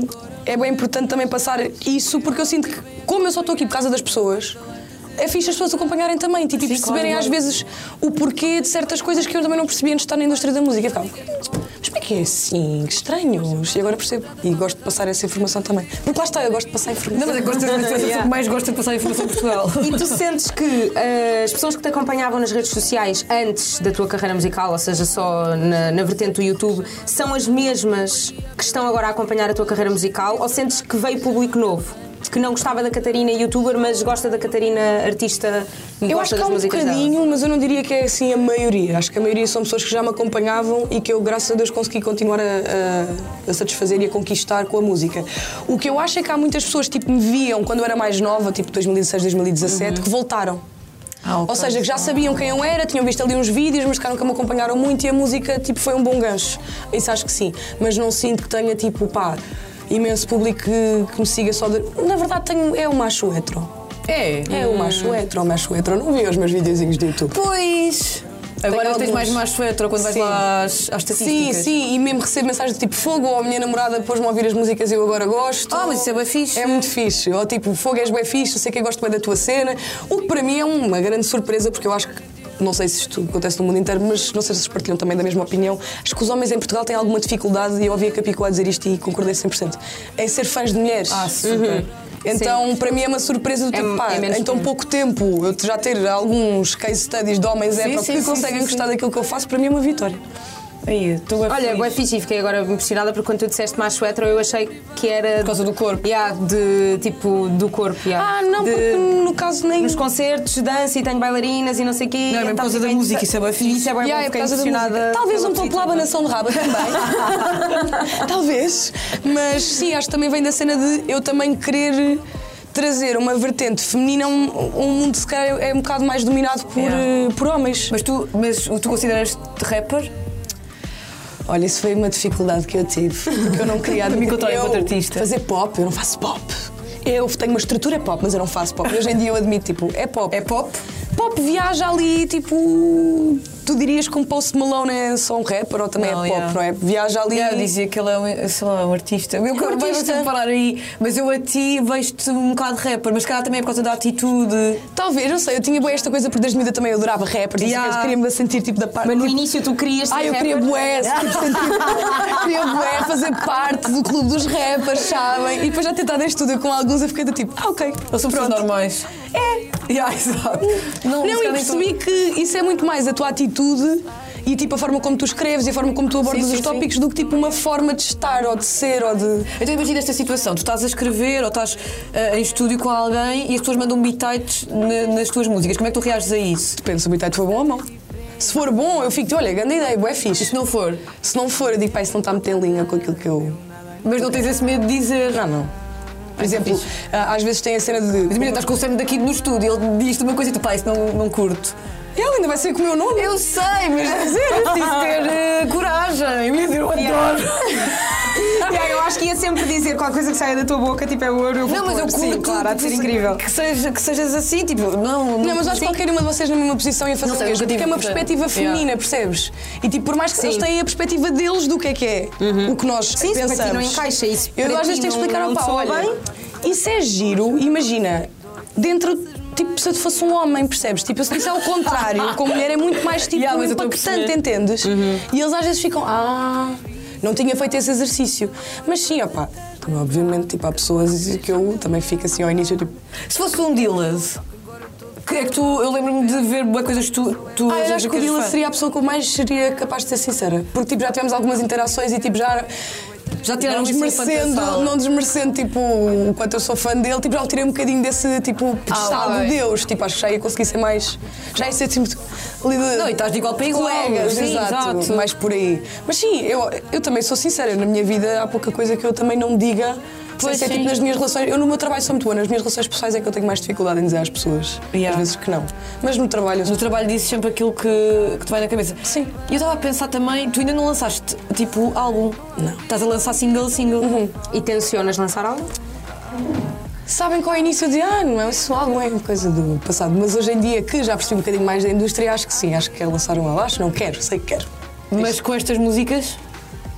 Speaker 3: é bem importante também passar isso, porque eu sinto que, como eu só estou aqui por causa das pessoas, é fixe as pessoas acompanharem também, tipo, e perceberem
Speaker 1: claro,
Speaker 3: às vezes o porquê de certas coisas que eu também não percebi antes de estar na indústria da música. Eu ficava, mas como é que é assim? Que estranhos. E agora percebo. E gosto de passar essa informação também. Porque lá está, eu gosto de passar informação.
Speaker 1: Não, mas eu gosto de ser a pessoa que mais gosta de passar a informação em Portugal.
Speaker 2: E tu sentes que uh, as pessoas que te acompanhavam nas redes sociais antes da tua carreira musical, ou seja, só na, na vertente do YouTube, são as mesmas que estão agora a acompanhar a tua carreira musical, ou sentes que veio público novo? Que não gostava da Catarina youtuber, mas gosta da Catarina artista e
Speaker 3: Eu
Speaker 2: gosta
Speaker 3: acho que há
Speaker 2: das
Speaker 3: um
Speaker 2: músicas
Speaker 3: bocadinho,
Speaker 2: dela.
Speaker 3: mas eu não diria que é assim a maioria. Acho que a maioria são pessoas que já me acompanhavam e que eu, graças a Deus, consegui continuar a, a, a satisfazer e a conquistar com a música. O que eu acho é que há muitas pessoas que tipo, me viam quando eu era mais nova, tipo dois mil e dezasseis, dois mil e dezassete, uhum. que voltaram.
Speaker 1: Ah, okay.
Speaker 3: Ou seja, que já sabiam quem eu era, tinham visto ali uns vídeos, mas ficaram que me acompanharam muito e a música tipo, foi um bom gancho. Isso acho que sim. Mas não sinto que tenha tipo, pá, imenso público que, que me siga só de... Na verdade, tenho, é o macho hetero.
Speaker 1: É?
Speaker 3: É o macho hetero, o macho hetero. Não vi os meus videozinhos do YouTube.
Speaker 1: Pois... Agora
Speaker 3: Tenho
Speaker 1: tens
Speaker 3: alguns.
Speaker 1: mais macho hetero quando vais
Speaker 3: Sim.
Speaker 1: lá às, às estatísticas.
Speaker 3: Sim, sim, e mesmo recebo mensagens de tipo fogo, ou a minha namorada pôs-me a ouvir as músicas e eu agora gosto.
Speaker 1: Ah, mas isso é bem fixe.
Speaker 3: É muito fixe. Ou tipo, fogo, és bem fixe, eu sei que eu gosto bem da tua cena. O que para mim é uma grande surpresa, porque eu acho que, não sei se isto acontece no mundo inteiro, mas não sei se vocês partilham também da mesma opinião. Acho que os homens em Portugal têm alguma dificuldade, e eu ouvi a Capicua a dizer isto e concordei cem por cento, em ser fãs de mulheres.
Speaker 1: Ah, super.
Speaker 3: Uhum. Então, sim. Para mim é uma surpresa do tipo,
Speaker 2: É-
Speaker 3: pá,
Speaker 2: é menos
Speaker 3: em tão
Speaker 2: comum.
Speaker 3: pouco tempo eu já ter alguns case studies de homens
Speaker 1: Sim,
Speaker 3: hétero
Speaker 1: sim,
Speaker 3: que
Speaker 1: sim,
Speaker 3: conseguem
Speaker 1: sim,
Speaker 3: gostar
Speaker 1: sim.
Speaker 3: daquilo que eu faço, para mim é uma vitória.
Speaker 1: Aí, estou a
Speaker 2: Olha, bué fixe, e fiquei agora impressionada porque quando tu disseste macho hetero eu achei que era...
Speaker 1: Por causa do corpo.
Speaker 2: Yeah, de, tipo, do corpo, yeah.
Speaker 3: Ah, não,
Speaker 2: de,
Speaker 3: porque no caso nem...
Speaker 2: Nos concertos, dança e tenho bailarinas e não sei o quê.
Speaker 1: Não, é mesmo por causa da música, isso é bué fixe.
Speaker 2: Isso é bué
Speaker 3: Yeah,
Speaker 2: bom,
Speaker 3: é por
Speaker 2: fiquei
Speaker 3: causa da
Speaker 2: impressionada.
Speaker 3: música. Talvez
Speaker 2: pela
Speaker 3: um pouco
Speaker 2: positiva.
Speaker 3: pela abanação de raba também. Talvez. Mas sim, acho que também vem da cena de eu também querer trazer uma vertente feminina a um, um mundo que se calhar é um bocado mais dominado por,
Speaker 1: Yeah.
Speaker 3: eh, por homens.
Speaker 1: Mas tu, mas tu consideras-te rapper?
Speaker 3: Olha, isso foi uma dificuldade que eu tive. Porque eu não queria
Speaker 1: Para me encontrar
Speaker 3: eu
Speaker 1: enquanto artista.
Speaker 3: fazer pop, eu não faço pop. Eu tenho uma estrutura pop, mas eu não faço pop. E hoje em dia eu admito, tipo, é pop.
Speaker 1: É pop?
Speaker 3: Pop viaja ali, tipo... Tu dirias que um Post Malone é só um rapper ou também
Speaker 1: Não,
Speaker 3: é pop,
Speaker 1: yeah.
Speaker 3: não é? Viaja ali...
Speaker 1: Yeah, eu dizia que ele é um, sei lá, um artista. Eu quero
Speaker 3: artista.
Speaker 1: artista. parar aí, mas eu a ti vejo-te um bocado rapper, mas se calhar também é por causa da atitude.
Speaker 3: Talvez, não sei, eu tinha boa esta coisa porque desde miúda também eu adorava rappers,
Speaker 1: Yeah.
Speaker 3: yeah. queria-me sentir tipo da parte...
Speaker 2: Mas no
Speaker 3: tipo,
Speaker 2: início tu querias ser
Speaker 3: ah, eu queria
Speaker 2: rapper?
Speaker 3: bué, tipo, sentir, queria bué fazer parte do clube dos rappers, sabem? E depois já tentar este tudo eu com alguns, eu fiquei do tipo, ah, ok,
Speaker 1: Eles são pessoas
Speaker 3: pronto.
Speaker 1: normais.
Speaker 3: É.
Speaker 1: Yeah, exato.
Speaker 3: Não,
Speaker 1: se
Speaker 3: e
Speaker 1: calhar nem
Speaker 3: percebi que isso é muito mais a tua atitude e tipo a forma como tu escreves e a forma como tu abordas
Speaker 1: Sim, sim,
Speaker 3: os tópicos do que tipo uma forma de estar ou de ser ou de...
Speaker 1: Então imagina esta situação, tu estás a escrever ou estás uh, em estúdio com alguém e as pessoas mandam bitites na, nas tuas músicas. Como é que tu reages a isso?
Speaker 3: Depende se o beat foi bom ou mau. Se for bom, eu fico, olha, grande ideia, bué fixe.
Speaker 1: E se não for?
Speaker 3: Se não for, eu digo, pá, isso não está a meter em linha com aquilo que eu...
Speaker 1: Mas não tens esse medo de dizer.
Speaker 3: Não, não. Por exemplo, ah, às vezes tem a cena de...
Speaker 1: Mas imagina, estás com o Sam daqui no estúdio, ele diz-te uma coisa e tu, pá, isso não, não curto.
Speaker 3: E ela ainda vai ser com o meu nome.
Speaker 1: Eu sei, mas dizer, eu preciso ter uh, coragem. Eu ia dizer, eu adoro.
Speaker 2: Yeah, eu acho que ia sempre dizer qualquer coisa que saia da tua boca, tipo é ouro. Eu vou
Speaker 1: Não, mas eu
Speaker 2: pôr.
Speaker 1: curto.
Speaker 2: Sim, claro, há de ser
Speaker 1: que-
Speaker 2: incrível.
Speaker 1: Que, seja, que sejas assim, tipo, não.
Speaker 3: Não, mas acho que qualquer uma de vocês na mesma posição ia fazer
Speaker 1: Não
Speaker 3: o
Speaker 1: sei,
Speaker 3: mesmo,
Speaker 1: nunca tive,
Speaker 3: porque é uma
Speaker 1: portanto,
Speaker 3: perspectiva
Speaker 1: yeah.
Speaker 3: feminina, percebes? E tipo, por mais que eles
Speaker 2: Sim.
Speaker 3: têm a perspectiva deles do que é que é, o que nós
Speaker 2: Sim, se para
Speaker 3: pensamos.
Speaker 2: ti não encaixa isso.
Speaker 3: Eu
Speaker 2: para
Speaker 3: às vezes
Speaker 2: ti
Speaker 3: tenho que
Speaker 2: não-
Speaker 3: explicar ao
Speaker 2: não
Speaker 3: pá,
Speaker 2: soa
Speaker 3: olha,
Speaker 2: bem.
Speaker 3: isso é giro, imagina, dentro, tipo, se eu fosse um homem, percebes? Tipo, se disser ao contrário, com mulher é muito mais tipo
Speaker 1: Yeah, mas eu estou a
Speaker 3: impactante,
Speaker 1: perceber.
Speaker 3: entendes? E eles às vezes ficam, ah, não tinha feito esse exercício. Mas sim, opá, também, obviamente, tipo, há pessoas que eu também fico assim ao início, tipo,
Speaker 1: Se fosse um Dillas, que é que tu. Eu lembro-me de ver boas coisas que tu. tu
Speaker 3: Ah, eu acho que o
Speaker 1: eras
Speaker 3: Dila
Speaker 1: fã.
Speaker 3: seria a pessoa que eu mais seria capaz de ser sincera. Porque tipo, já tivemos algumas interações e tipo, já.
Speaker 1: Já tiraram
Speaker 3: não
Speaker 1: isso enquanto
Speaker 3: desmerecendo,
Speaker 1: sala.
Speaker 3: não desmerecendo tipo, o quanto eu sou fã dele, tipo, já lhe tirei um bocadinho desse tipo pedestal
Speaker 1: ok.
Speaker 3: de Deus. Tipo, acho que já ia conseguir ser mais. Já ia ser tipo, ali de.
Speaker 1: Não, e estás de igual para igual.
Speaker 3: Colegas,
Speaker 1: Sim,
Speaker 3: exato,
Speaker 1: exato.
Speaker 3: mais por aí. Mas sim, eu, eu também sou sincera, na minha vida há pouca coisa que eu também não diga.
Speaker 1: Pois,
Speaker 3: Sem ser, tipo,
Speaker 1: sim.
Speaker 3: nas minhas relações, eu no meu trabalho sou muito boa, nas minhas relações pessoais é que eu tenho mais dificuldade em dizer às pessoas.
Speaker 1: Yeah.
Speaker 3: Às vezes que não. Mas no trabalho eu sou
Speaker 1: No trabalho dizes sempre aquilo que, que te vai na cabeça.
Speaker 3: Sim.
Speaker 1: E eu estava a pensar também, tu ainda não lançaste tipo álbum.
Speaker 3: Não.
Speaker 1: Estás a lançar single a single.
Speaker 3: Uhum.
Speaker 2: E tencionas lançar algo?
Speaker 3: Sabem que ao início de ah, não é isso algo, é coisa do passado. Mas hoje em dia, que já percebi um bocadinho mais da indústria, acho que sim, acho que quero lançar um álbum. Acho, não quero, sei que quero.
Speaker 1: Mas com estas músicas.